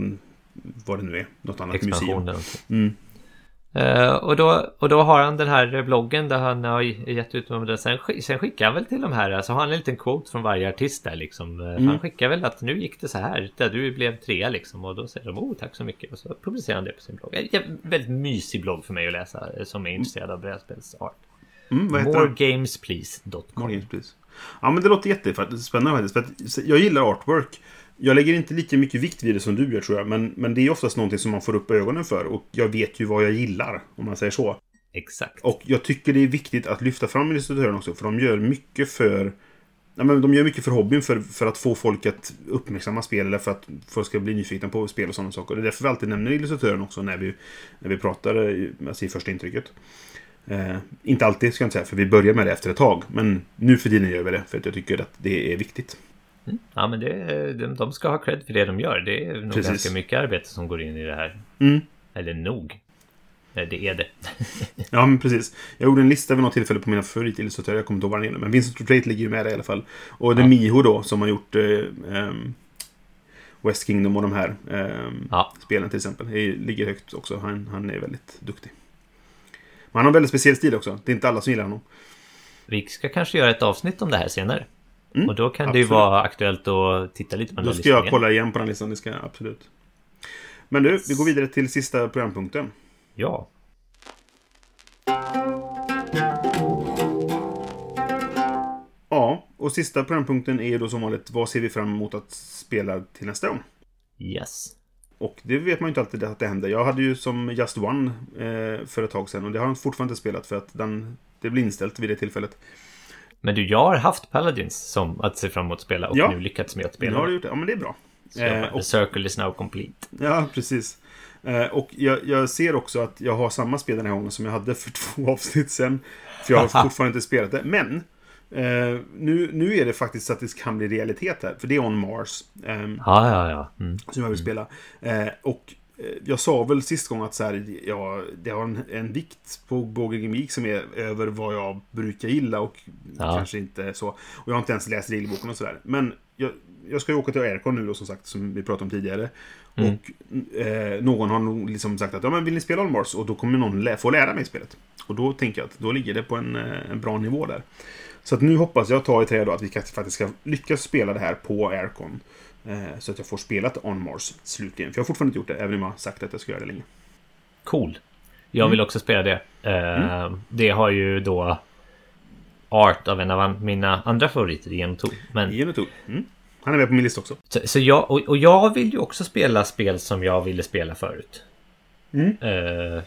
vad det nu är, något annat museum. Mm. Uh, och, då, och då har han den här bloggen där han har gett ut med det. Sen, sen skickar han väl till de här, alltså har han en liten quote från varje artist där liksom. Mm. Han skickar väl att nu gick det så här, där du blev trea liksom. Och då säger de, oh tack så mycket. Och så publicerar han det på sin blogg. En väldigt mysig blogg för mig att läsa, som är intresserad av brädspelsart. Mm, moregamesplease dot com. More Games Please. Ja, men det låter jättespännande faktiskt. För att jag gillar artwork. Jag lägger inte lika mycket vikt vid det som du gör, tror jag. Men, men det är oftast någonting som man får upp ögonen för. Och jag vet ju vad jag gillar, om man säger så. Exakt. Och jag tycker det är viktigt att lyfta fram illustratörerna också. För de gör mycket för... Ja, men de gör mycket för hobbyn. För, för att få folk att uppmärksamma spel. Eller för att folk ska bli nyfikna på spel och sådana saker. Det är därför vi alltid nämner illustratörerna också när vi, när vi pratar, alltså i första intrycket. Eh, inte alltid, ska jag inte säga. För vi börjar med det efter ett tag. Men nu för tiden gör vi det. För att jag tycker att det är viktigt. Mm. Ja, men det, de, de ska ha cred för det de gör. Det är nog Precis. ganska mycket arbete som går in i det här. Mm. Eller nog. Det är det. Ja, men precis. Jag gjorde en lista vid något tillfälle på mina favoritillustratörer. Jag kommer inte ihåg vad den är. Men Vincent Trate ligger ju med det i alla fall. Och det är ja. Miho då som har gjort eh, um, West Kingdom och de här um, ja. spelen till exempel. Det ligger högt också. Han, han är väldigt duktig. Men han har en väldigt speciell stil också. Det är inte alla som gillar honom. Vi ska kanske göra ett avsnitt om det här senare. Mm, och då kan absolut. det ju vara aktuellt att titta lite på den Då ska jag kolla igen på den listan, det ska jag absolut. Men du, vi går vidare till sista programpunkten. Ja. Ja, och sista programpunkten är ju då som vanligt, vad ser vi fram emot att spela till nästa gång? Yes. Och det vet man ju inte alltid att det händer. Jag hade ju som Just One eh, för ett tag sedan, och det har jag fortfarande inte spelat för att den, det blir inställt vid det tillfället. Men du, jag har haft Paladins som att se fram emot att spela och ja. nu lyckats med att spela. Ja, har du gjort det? Ja, men det är bra. Eh, och... The circle is now complete. Ja, precis. Eh, och jag, jag ser också att jag har samma spel den här gången som jag hade för två avsnitt sedan. För jag har fortfarande inte spelat det. Men eh, nu, nu är det faktiskt så att det kan bli realitet här. För det är On Mars. Eh, ja, ja, ja. Mm. Som jag vill spela. Eh, och jag sa väl sist gång att så här, ja, det har en, en vikt på Board Game Geek som är över vad jag brukar gilla och ja. kanske inte så. Och jag har inte ens läst regelboken och sådär. Men jag, jag ska ju åka till Aircon nu då, som sagt, som vi pratade om tidigare. Mm. Och eh, någon har nog liksom sagt att ja, men vill ni spela On Mars? Och då kommer någon lä- få lära mig spelet. Och då tänker jag att då ligger det på en, en bra nivå där. Så att nu hoppas jag ta i trä då att vi faktiskt ska lyckas spela det här på Aircon. Så att jag får spelat On Mars slutligen. För jag har fortfarande inte gjort det, även om jag har sagt att jag ska göra det länge. Cool. Jag vill mm. också spela det. Mm. Det har ju då art av en av mina andra favoriter, Ian O'Toole. Men... Ian O'Toole. Mm. Han är med på min lista också. Så, så jag, och, och jag vill ju också spela spel som jag ville spela förut. Mm. Uh,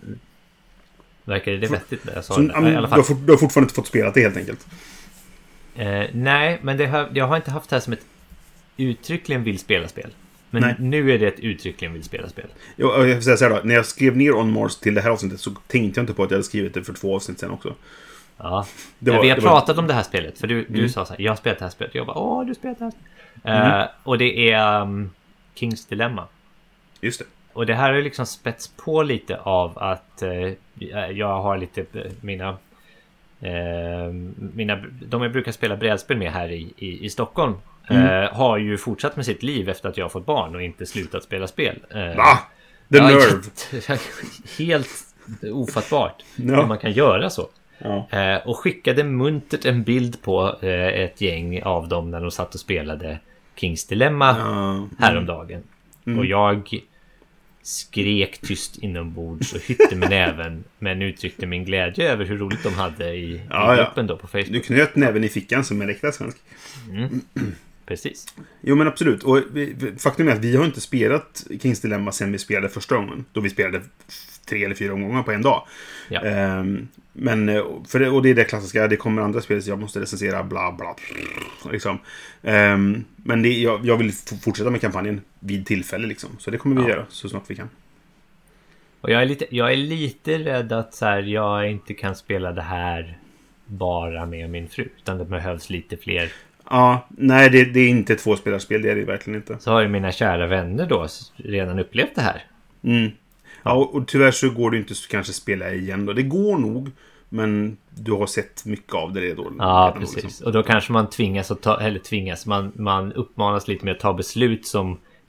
verkar det för, vettigt? Jag sa så, det, um, i alla fall. Du, har, du har fortfarande inte fått spela det helt enkelt. Uh, nej, men det har, jag har inte haft det här som ett uttryckligen vill spela spel. Men Nej. nu är det ett uttryckligen vill spela spel. Jo, jag får säga så här då. När jag skrev ner On Mars till det här avsnittet så tänkte jag inte på att jag hade skrivit det för två avsnitt sen också. Ja, det var, vi har det pratat var... om det här spelet. För du, mm. du sa så här, jag har spelat det här spelet. Jag bara, åh, du spelat det här. Mm. Uh, och det är um, Kings Dilemma. Just det. Och det här är liksom spets på lite av att uh, jag har lite uh, mina... Uh, mina de jag brukar spela brädspel med här i, i, i Stockholm. Mm. Uh, har ju fortsatt med sitt liv efter att jag har fått barn och inte slutat spela spel. Uh, Va? The ja, nerve! Helt ofattbart no. hur man kan göra så. Ja. Uh, och skickade muntert en bild på uh, ett gäng av dem när de satt och spelade Kings Dilemma ja. mm. häromdagen. Mm. Och jag skrek tyst inombords och hytte med näven, men uttryckte min glädje över hur roligt de hade i, ja, i gruppen då på Facebook. Du knöt näven i fickan som en äkta svensk. Mm. Precis. Jo, men absolut. Och vi, faktum är att vi har inte spelat Kings Dilemma sen vi spelade första gången. Då vi spelade tre eller fyra omgångar på en dag. Ja. Um, men, för det, och det är det klassiska, det kommer andra spel så jag måste recensera bla bla. Liksom. Um, men det, jag, jag vill fortsätta med kampanjen vid tillfälle liksom. Så det kommer vi ja. göra så snart vi kan. Och jag är lite, jag är lite rädd att så här, jag inte kan spela det här bara med min fru. Utan det behövs lite fler. Ja, nej det, det är inte ett tvåspelarspel, det är det verkligen inte. Så har ju mina kära vänner då redan upplevt det här. Mm. Ja, och, och tyvärr så går det inte så kanske spela igen då. Det går nog, men du har sett mycket av det då. Ja, precis. Liksom. Och då kanske man tvingas att ta, eller tvingas, man, man uppmanas lite mer att ta beslut som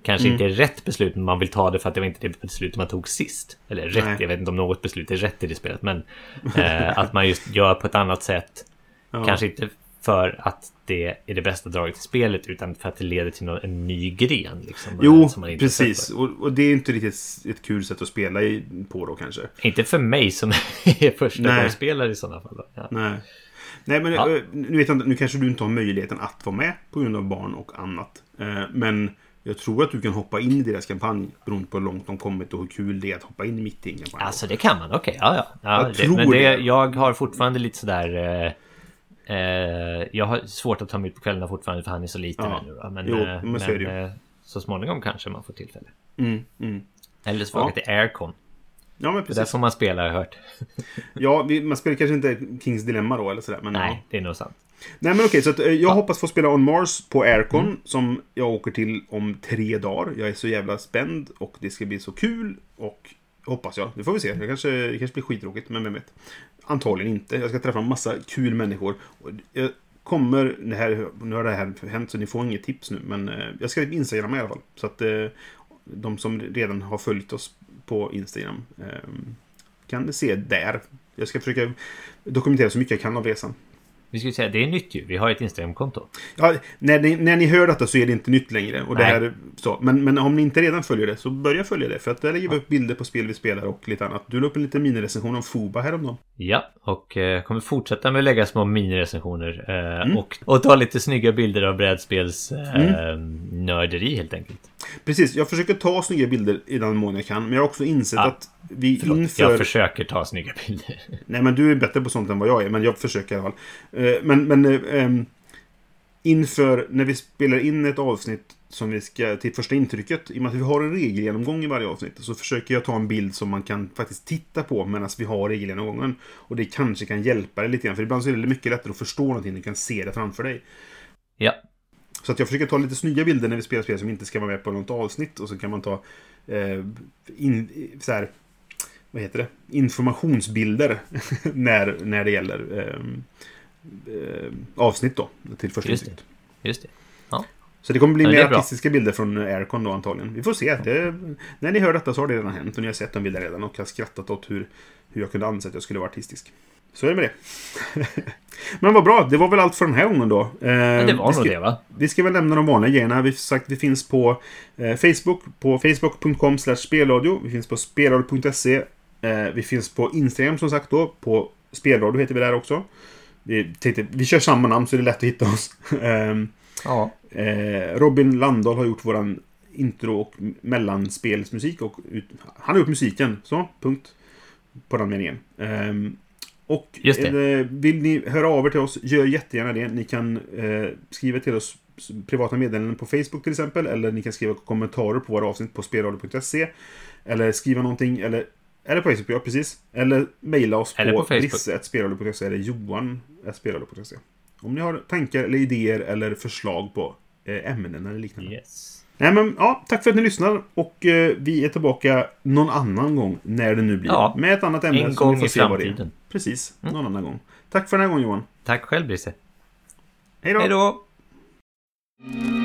kanske mm. inte är rätt beslut, men man vill ta det för att det var inte det beslut man tog sist. Eller rätt, Nej. Jag vet inte om något beslut är rätt i det spelet, men eh, att man just gör på ett annat sätt. Ja. Kanske inte för att det är det bästa draget i spelet, utan för att det leder till någon, en ny gren. Liksom, jo, som man inte precis. Och, och det är inte riktigt ett kul sätt att spela i, på då kanske. Inte för mig som är första gången spelare i sådana fall. Ja. Nej. Nej, men ja. nu, vet jag, nu kanske du inte har möjligheten att vara med på grund av barn och annat. Eh, men jag tror att du kan hoppa in i deras kampanj beroende på hur långt de kommit och hur kul det är att hoppa in i mitt i en kampanj. Alltså det kan man, okej. Okay. Ja, ja. ja jag det, tror men det, det. Jag har fortfarande lite sådär... Eh, eh, jag har svårt att ta mig ut på kvällarna fortfarande för han är så liten ja. nu. Men, jo, eh, men, men eh, så småningom kanske man får tillfälle. Mm, mm. Eller så får jag ja. till Aircon. Ja, men precis. Det där får man spela, har jag hört. Ja, vi, man spelar kanske inte Kings Dilemma då eller sådär. Men Nej, ja. det är nog sant. Nej, men okej, så att, eh, jag ja. hoppas få spela On Mars på Aircon mm. som jag åker till om tre dagar. Jag är så jävla spänd och det ska bli så kul och hoppas jag. Det får vi se. Det kanske, det kanske blir skittråkigt, men vem vet. Antagligen inte. Jag ska träffa en massa kul människor. Och jag kommer, det här, nu har det här hänt så ni får inget tips nu, men eh, jag ska Instagram i alla fall. Så att eh, de som redan har följt oss på Instagram eh, kan se där. Jag ska försöka dokumentera så mycket jag kan av resan. Vi skulle säga, det är nytt ju. Vi har ett Instagram-konto. Ja, när ni, när ni hör detta så är det inte nytt längre. Och det här, så. Men, men om ni inte redan följer det så börja följa det. För att där lägger vi upp bilder på spel vi spelar och lite annat. Du la upp en liten minirecension om Fuba häromdagen. Ja, och eh, kommer fortsätta med att lägga små minirecensioner. Eh, mm. och, och ta lite snygga bilder av brädspels eh, mm. nörderi helt enkelt. Precis, jag försöker ta snygga bilder i den mån jag kan. Men jag har också insett ja. att vi Förlåt, inför... jag försöker ta snygga bilder. Nej, men du är bättre på sånt än vad jag är. Men jag försöker i alla fall. Men, men ähm, inför när vi spelar in ett avsnitt som vi ska till första intrycket, i och med att vi har en regelgenomgång i varje avsnitt, så försöker jag ta en bild som man kan faktiskt titta på medan vi har regelgenomgången. Och det kanske kan hjälpa dig lite grann. För ibland så är det mycket lättare att förstå någonting. Du kan se det framför dig. Ja. Så att jag försöker ta lite snygga bilder när vi spelar spel som inte ska vara med på något avsnitt. Och så kan man ta eh, in, så här, vad heter det? Informationsbilder när, när det gäller eh, eh, avsnitt då till första Just intryck. det. Just det. Ja. Så det kommer bli ja, mer artistiska bilder från Aircon då antagligen. Vi får se. Det, när ni hör detta så har det redan hänt och ni har sett de bilder redan och har skrattat åt hur, hur jag kunde anse att jag skulle vara artistisk. Så är det med det. Men vad bra, det var väl allt för den här gången då. Eh, ja, det var ska, nog det, va? Vi ska väl lämna de vanliga grejerna. Vi har sagt vi finns på eh, Facebook, på facebook punkt com slash spelradio. Vi finns på spelradio punkt se. Eh, vi finns på Instagram som sagt då. På spelradio heter vi där också. Vi, tänkte, vi kör samma namn så det är lätt att hitta oss. eh, ja. eh, Robin Landahl har gjort våran intro- och mellanspelsmusik. Och ut, han har gjort musiken. Så, punkt. På den meningen. Eh, Och eh, vill ni höra av er till oss, gör jättegärna det. Ni kan eh, skriva till oss privata meddelanden på Facebook till exempel. Eller ni kan skriva kommentarer på våra avsnitt på spelradio punkt se. Eller skriva någonting. Eller, eller på Facebook, ja precis. Eller mejla oss eller på, på risse snabel-a spelradio punkt se eller johan snabel-a spelradio punkt se. Om ni har tankar eller idéer eller förslag på eh, ämnen eller liknande. Yes. Nej, men, ja, tack för att ni lyssnar. Och eh, vi är tillbaka någon annan gång när det nu blir. Ja, med ett annat ämne en som gång vi får i se vad framtiden. det är. Precis, mm. någon annan gång. Tack för den här gången, Johan. Tack själv, Brisse. Hej då. Hej då.